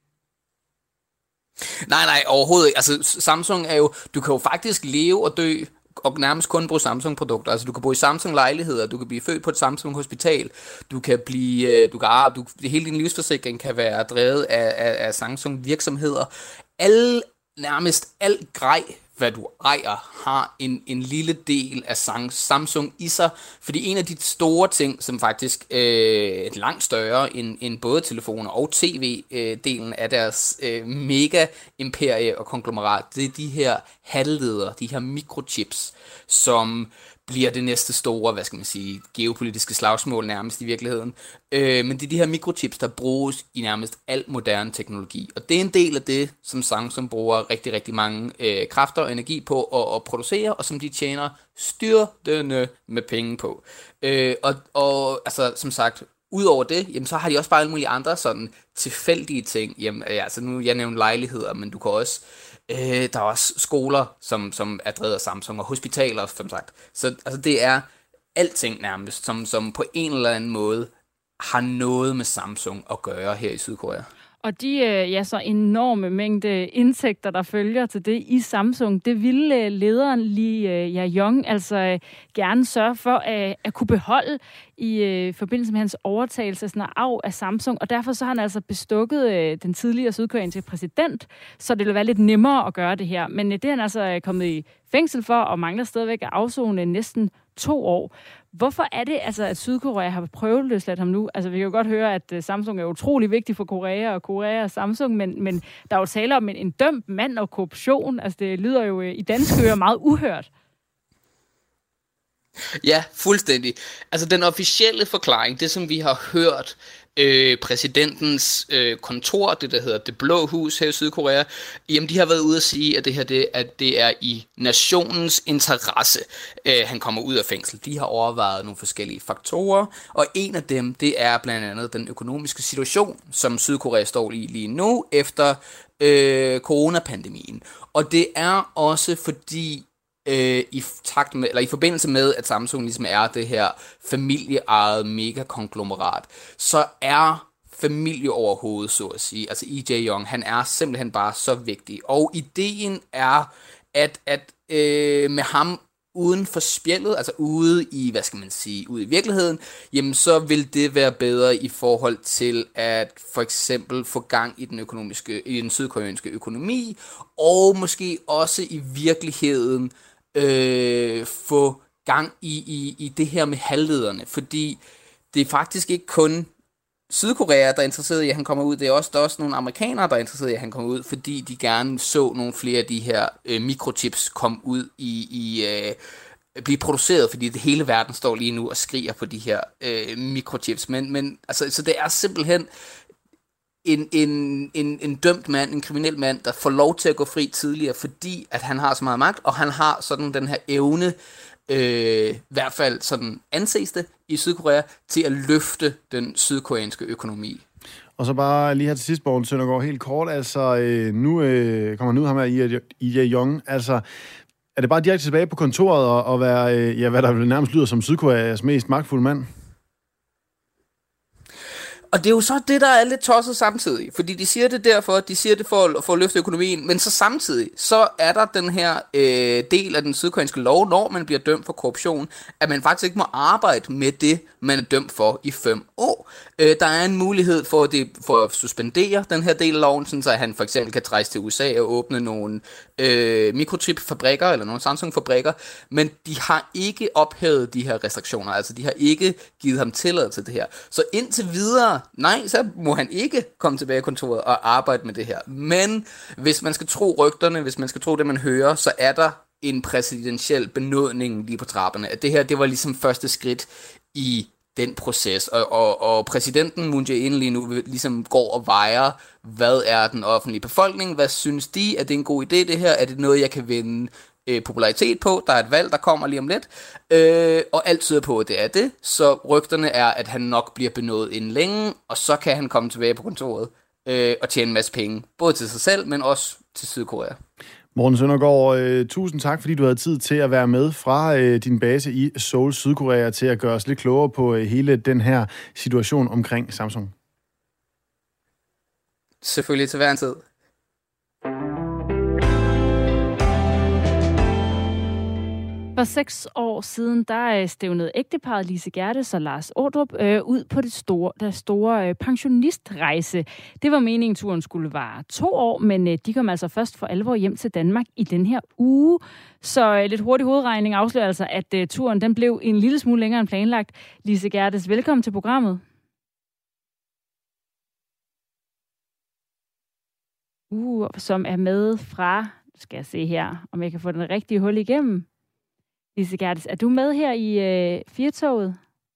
Nej, overhovedet ikke. Altså Samsung er jo, du kan jo faktisk leve og dø og nærmest kun bruge Samsung-produkter. Altså du kan bo i Samsung-lejligheder, du kan blive født på et Samsung-hospital, du kan blive, hele din livsforsikring kan være drevet af Samsung-virksomheder. Nærmest alt grej, hvad du ejer, har en lille del af Samsung i sig, fordi en af de store ting, som faktisk er langt større end både telefoner og tv-delen af deres mega-imperie og konglomerat, det er de her halvledere, de her mikrochips, som bliver det næste store, geopolitiske slagsmål nærmest i virkeligheden. Men det er de her mikrochips, der bruges i nærmest alt moderne teknologi. Og det er en del af det, som Samsung bruger rigtig, rigtig mange kræfter og energi på at producere, og som de tjener styrtende med penge på. Og altså, som sagt, udover det, jamen, så har de også bare alle mulige andre sådan tilfældige ting. Jamen, altså nu jeg nævnte lejligheder, men du kan også der er også skoler, som er drevet af Samsung, og hospitaler, som sagt. Så altså, det er alting nærmest, som på en eller anden måde har noget med Samsung at gøre her i Sydkorea. Og de så enorme mængde indtægter, der følger til det i Samsung, det ville lederen Lee Jae-yong altså gerne sørge for at kunne beholde i forbindelse med hans overtagelse af arv af Samsung. Og derfor så har han altså bestukket den tidligere sydkoreanske præsident, så det vil være lidt nemmere at gøre det her. Men det er han altså kommet i fængsel for, og mangler stadigvæk at afsone næsten 2 år. Hvorfor er det, altså, at Sydkorea har prøveløsladt ham nu? Altså, vi kan jo godt høre, at Samsung er utrolig vigtig for Korea, og Korea er Samsung, men der er jo tale om en dømt mand og korruption. Altså, det lyder jo i danske ører meget uhørt. Ja, fuldstændig. Altså, den officielle forklaring, det som vi har hørt præsidentens kontor, det der hedder Det Blå Hus her i Sydkorea, jamen de har været ude at sige, at det er i nationens interesse, han kommer ud af fængsel. De har overvejet nogle forskellige faktorer, og en af dem, det er blandt andet den økonomiske situation, som Sydkorea står i lige nu, efter coronapandemien. Og det er også fordi, i forbindelse med, at Samsung ligesom er det her familieejet megakonglomerat, så er familie overhovedet, så at sige. Altså Lee Jae-yong, han er simpelthen bare så vigtig. Og ideen er, at med ham uden for spjældet, altså ude i, ude i virkeligheden, jamen så vil det være bedre i forhold til at for eksempel få gang i den sydkoreanske økonomi, og måske også i virkeligheden få gang i det her med halvlederne, fordi det er faktisk ikke kun Sydkorea, der er interesseret i, at han kommer ud. Der er også nogle amerikanere, der er interesseret i, at han kommer ud, fordi de gerne så nogle flere af de her mikrochips komme ud blive produceret, fordi det hele verden står lige nu og skriger på de her mikrochips. Men altså, så det er simpelthen en dømt mand, en kriminel mand, der får lov til at gå fri tidligere, fordi at han har så meget magt, og han har sådan den her evne, i hvert fald sådan anses det i Sydkorea, til at løfte den sydkoreanske økonomi. Og så bare lige her til sidst, Morten Søndergaard, helt kort, altså nu kommer han ud ham her i Jae-yong, altså er det bare direkte tilbage på kontoret og være, hvad der nærmest lyder som Sydkoreas mest magtfulde mand? Og det er jo så det, der er lidt tosset samtidig, fordi de siger det derfor, de siger det for at løfte økonomien, men så samtidig, så er der den her del af den sydkoreanske lov, når man bliver dømt for korruption, at man faktisk ikke må arbejde med det, man er dømt for i 5 år. Der er en mulighed for at suspendere den her del af loven, så han for eksempel kan rejse til USA og åbne nogle mikrochip-fabrikker eller nogle Samsung-fabrikker, men de har ikke ophævet de her restriktioner, altså de har ikke givet ham tilladelse til det her. Så indtil videre, nej, så må han ikke komme tilbage i kontoret og arbejde med det her. Men hvis man skal tro rygterne, hvis man skal tro det, man hører, så er der en præsidentiel benådning lige på trapperne. At det her, det var ligesom første skridt i den proces, og præsidenten Moon Jae-in lige nu ligesom går og vejer, hvad er den offentlige befolkning, hvad synes de, at det er en god idé det her, er det noget, jeg kan vinde popularitet på, der er et valg, der kommer lige om lidt, og alt tyder på, at det er det, så rygterne er, at han nok bliver benådet inden længe, og så kan han komme tilbage på kontoret og tjene en masse penge, både til sig selv, men også til Sydkorea. Morten Søndergaard, tusind tak, fordi du havde tid til at være med fra din base i Seoul, Sydkorea, til at gøre os lidt klogere på hele den her situation omkring Samsung. Selvfølgelig til hver en tid. For 6 år siden, der stævnede ægteparret Lise Gerdes og Lars Ordrup ud på deres store pensionistrejse. Det var meningen, turen skulle vare 2 år, men de kom altså først for alvor hjem til Danmark i den her uge. Så lidt hurtig hovedregning afslører altså, at turen den blev en lille smule længere end planlagt. Lise Gerdes, velkommen til programmet. Som er med fra, skal jeg se her, om jeg kan få den rigtige hul igennem. Lise Gerdes, er du med her i Firtoget?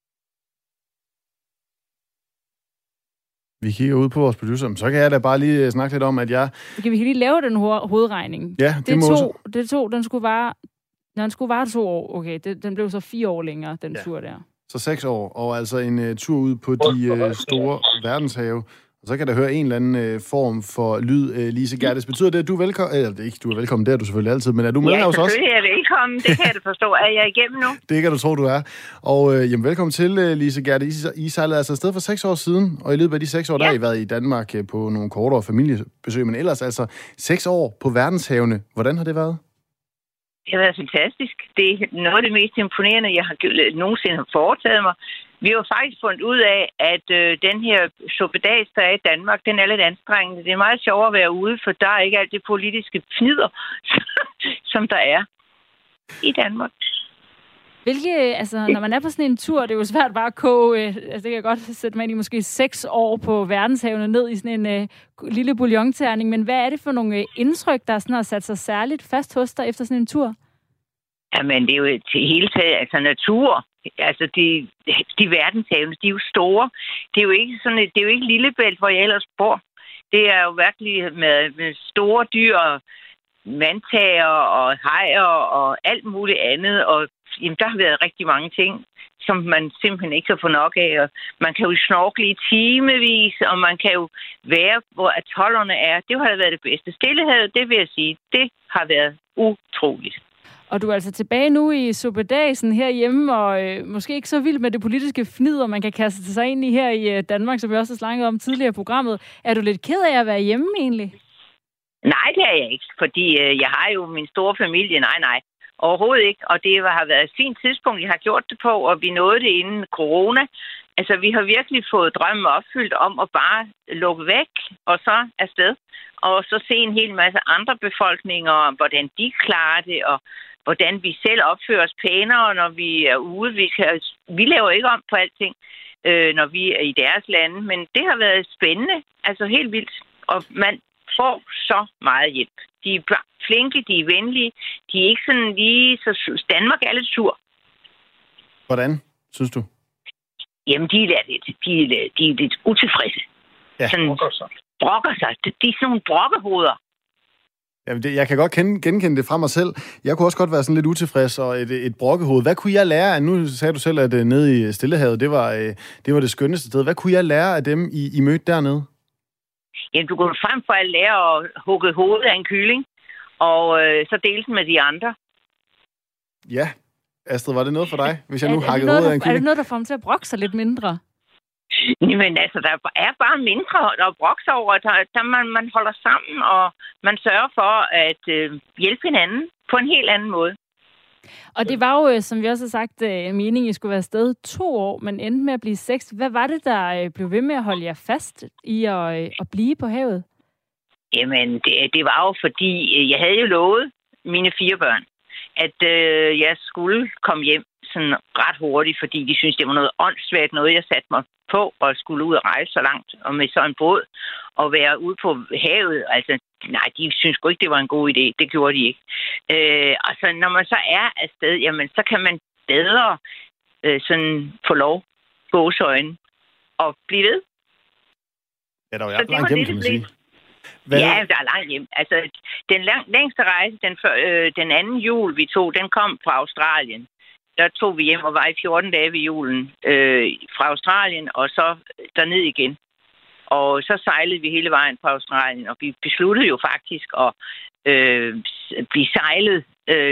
Vi kigger ud på vores producer, så kan jeg da bare lige snakke lidt om, at jeg... Okay, vi kan lige lave den hovedregning. Ja, den skulle vare 2 år. Okay, den blev så 4 år længere, den tur der. Så 6 år, og altså en tur ud på de store verdenshave. Og så kan der høre en eller anden form for lyd. Lise Gerdes, betyder det, at du er velkommen? Eller det er ikke, du er velkommen, det er du selvfølgelig altid, men er du med her hos os? Ja, selvfølgelig er jeg velkommen. Det kan jeg da forstå. Er jeg igennem nu? Det kan du tro, du er. Og jamen, velkommen til, Lise Gerdes. I sejlede altså afsted for 6 år siden, og i løbet af de 6 år, der har I været i Danmark på nogle kortere familiebesøg, men ellers altså 6 år på verdenshavene. Hvordan har det været? Det har været fantastisk. Det er noget af det mest imponerende, jeg har nogensinde har foretaget mig. Vi har jo faktisk fundet ud af, at den her suppedags, der er i Danmark, den er lidt anstrengende. Det er meget sjovere at være ude, for der er ikke alt det politiske fnider, som der er i Danmark. Når man er på sådan en tur, det er jo svært bare at koge, det kan jeg godt sætte mig ind i måske 6 år på verdenshavene ned i sådan en lille bouillonterning, men hvad er det for nogle indtryk, der sådan har sat sig særligt fast hos dig efter sådan en tur? Jamen, det er jo til hele taget, altså natur. Altså, de verdenshavene, de er jo store. Det er jo ikke sådan det er jo ikke Lillebælt, hvor jeg ellers bor. Det er jo virkelig med store dyr, vandtager og hajer og alt muligt andet, og jamen, der har været rigtig mange ting, som man simpelthen ikke kan få nok af. Og man kan jo snorkle i timevis, og man kan jo være, hvor atollerne er. Det har været det bedste. Stillehavet, det vil jeg sige, det har været utroligt. Og du er altså tilbage nu i suppedasen herhjemme, og måske ikke så vild med det politiske fnidder, man kan kaste sig ind i her i Danmark, som vi også har snakket om tidligere i programmet. Er du lidt ked af at være hjemme egentlig? Nej, det er jeg ikke, fordi jeg har jo min store familie. Nej, overhovedet ikke. Og det har været et fint tidspunkt, jeg har gjort det på, og vi nåede det inden corona. Altså, vi har virkelig fået drømmen opfyldt om at bare lukke væk, og så afsted. Og så se en hel masse andre befolkninger, hvordan de klarer det, og hvordan vi selv opfører os pænere, når vi er ude. Vi laver ikke om på alting, når vi er i deres lande, men det har været spændende, altså helt vildt. Og man får så meget hjælp. De er flinke, de er venlige, de er ikke sådan lige så... Danmark er lidt sur. Hvordan, synes du? Jamen, de er lidt utilfredse. sådan brokker sig. De er sådan nogle brokkehoveder. Jamen jeg kan godt genkende det fra mig selv. Jeg kunne også godt være sådan lidt utilfreds og et brokkehoved. Hvad kunne jeg lære af, nu sagde du selv, at nede i Stillehavet, det var det skønneste sted. Hvad kunne jeg lære af dem, I mødte dernede? Jamen, du kunne frem for at lære at hugge hovedet af en kylling, og så dele den med de andre. Ja. Astrid, var det noget for dig, hvis jeg nu hakkede hovedet af en kylling? Er det noget, der får dem til at brokke sig lidt mindre? Jamen altså, der er bare mindre at brokke sig over. Der man holder sammen, og man sørger for at hjælpe hinanden på en helt anden måde. Og det var jo, som vi også har sagt, meningen, I skulle være afsted 2 år, men endte med at blive 6. Hvad var det, der blev ved med at holde jer fast i at blive på havet? Jamen, det var jo fordi, jeg havde jo lovet mine 4 børn, at jeg skulle komme hjem sådan ret hurtigt, fordi de synes det var noget åndssvagt, noget jeg satte mig på, og skulle ud og rejse så langt, og med så en båd, og være ude på havet. Altså, nej, de synes sgu ikke, det var en god idé. Det gjorde de ikke. Og så når man så er afsted, jamen, så kan man bedre sådan få lov, gåseøjne, og blive ved. Ja, der var jo langt hjem, kan man sige. Ja, der er langt hjem. Altså, den længste rejse, den anden jul, vi tog, den kom fra Australien. Der tog vi hjem og var i 14 dage ved julen fra Australien, og så derned igen. Og så sejlede vi hele vejen fra Australien, og vi besluttede jo faktisk at blive sejlet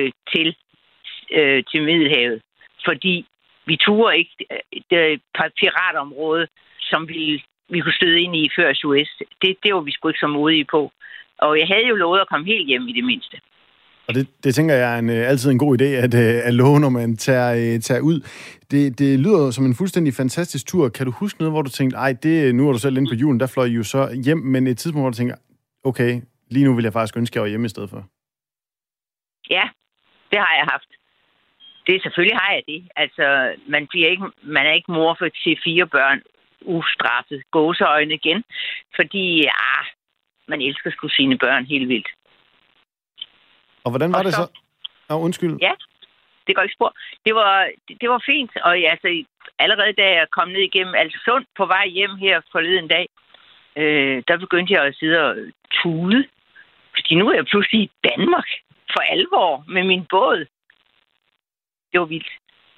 til Middelhavet, fordi vi turde ikke det piratområde, som vi kunne støde ind i før Suez. Det var vi sgu ikke så modige på. Og jeg havde jo lovet at komme helt hjem i det mindste. Og det tænker jeg er altid en god idé at love, når man tager ud. Det lyder som en fuldstændig fantastisk tur. Kan du huske noget, hvor du tænkte, nu er du selv inde på julen, der fløj I jo så hjem, men et tidspunkt, hvor du tænker, okay, lige nu vil jeg faktisk ønske, at jeg var hjemme i stedet for? Ja, det har jeg haft. Selvfølgelig har jeg det. Altså, man er ikke mor til 4 børn ustraffet, gåseøjne igen, fordi man elsker sgu sine børn helt vildt. Og hvordan var det så? Undskyld. Ja, det går ikke spor. Det var fint, og altså, allerede da jeg kom ned igennem Alsund på vej hjem her forleden dag, der begyndte jeg at sidde og tude, fordi nu er jeg pludselig i Danmark for alvor med min båd. Det var vildt.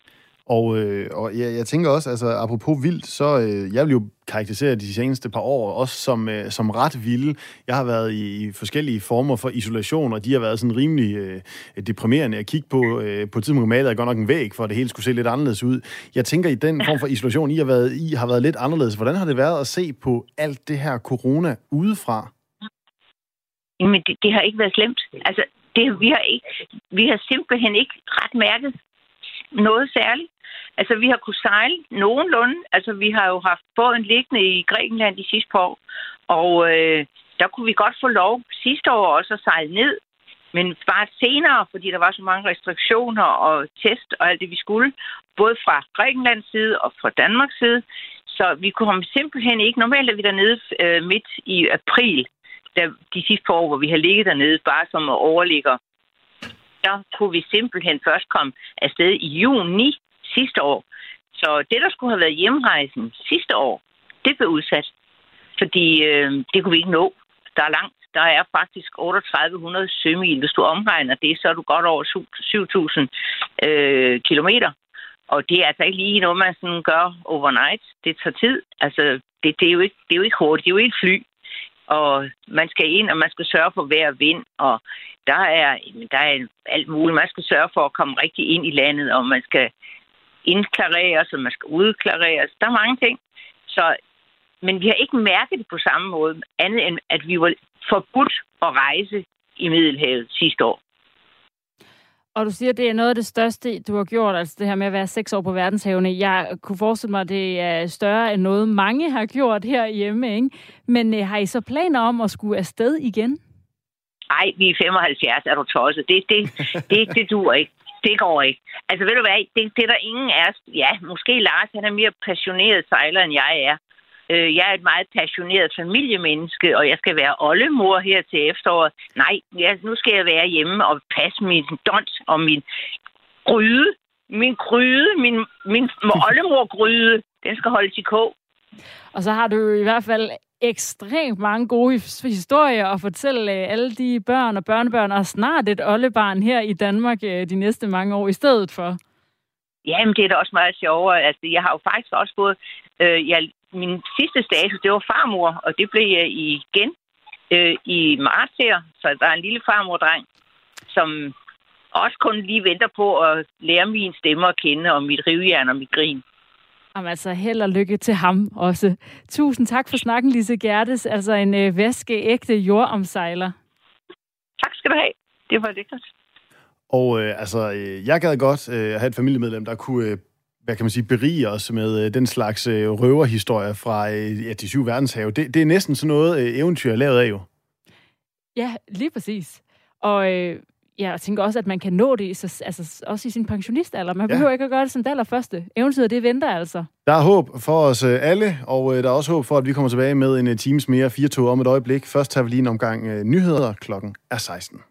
Og jeg tænker også, altså apropos vildt, så jeg vil jo karakterisere de seneste par år også som ret vilde. Jeg har været i forskellige former for isolation, og de har været sådan rimelig deprimerende at kigge på. På et tidspunkt malede jeg godt nok en væg, for at det hele skulle se lidt anderledes ud. Jeg tænker, i den form for isolation, I har været lidt anderledes. Hvordan har det været at se på alt det her corona udefra? Jamen, det har ikke været slemt. Altså, vi har simpelthen ikke ret mærket noget særligt. Altså, vi har kunnet sejle nogenlunde. Altså, vi har jo haft båden liggende i Grækenland de sidste par år. Og der kunne vi godt få lov sidste år også at sejle ned. Men bare senere, fordi der var så mange restriktioner og test og alt det, vi skulle. Både fra Grækenlands side og fra Danmarks side. Så vi kom simpelthen ikke. Normalt er vi dernede midt i april. De sidste par år, hvor vi har ligget dernede, bare som overligger. Der kunne vi simpelthen først komme afsted i juni sidste år. Så det, der skulle have været hjemrejsen sidste år, det blev udsat. Fordi det kunne vi ikke nå. Der er langt. Der er faktisk 3800 sømil. Hvis du omregner det, så er du godt over 7000 kilometer. Og det er altså ikke lige noget, man sådan gør overnight. Det tager tid. Altså, det er jo ikke hurtigt. Det er jo ikke fly. Og man skal ind, og man skal sørge for vejr og vind, og der er alt muligt. Man skal sørge for at komme rigtig ind i landet, og man skal indklareres, og man skal udklareres. Der er mange ting. Men vi har ikke mærket det på samme måde, andet end at vi var forbudt at rejse i Middelhavet sidste år. Og du siger, at det er noget af det største, du har gjort, altså det her med at være 6 år på verdenshavene. Jeg kunne forestille mig, at det er større end noget, mange har gjort herhjemme, ikke? Men har I så planer om at skulle afsted igen? Nej, vi er 75, er du tosset. Det duer ikke. Det går ikke. Altså ved du hvad, det er der ingen af os. Ja, måske Lars, han er mere passioneret sejler, end jeg er. Jeg er et meget passioneret familiemenneske, og jeg skal være oldemor her til efteråret. Nej, nu skal jeg være hjemme og passe min dons og min gryde. Min oldemorgryde, den skal holdes i kog. Og så har du i hvert fald ekstremt mange gode historier at fortælle alle de børn og børnebørn, og snart et oldebarn her i Danmark de næste mange år i stedet for. Jamen, det er da også meget sjovere. Altså, jeg har jo faktisk også fået... min sidste status, det var farmor, og det blev jeg igen i marts her. Så der er en lille farmor-dreng, som også kun lige venter på at lære min stemme at kende, og mit rivjern og mit grin. Jamen altså, held og lykke til ham også. Tusind tak for snakken, Lise Gerdes, altså en væskeægte jordomsejler. Tak skal du have. Det var lækkert. Og jeg gad godt have et familiemedlem, der kunne, hvad kan man sige, berige os med den slags røverhistorier fra de 7 verdenshave. Det er næsten sådan noget eventyr lavet af jo. Ja, lige præcis. Og jeg tænker også, at man kan nå det også i sin pensionistalder. Man behøver ikke at gøre det som det allerførste. Eventyret, det venter altså. Der er håb for os alle, og der er også håb for, at vi kommer tilbage med en times mere 4-2 om et øjeblik. Først tager vi lige en omgang nyheder. Klokken er 16.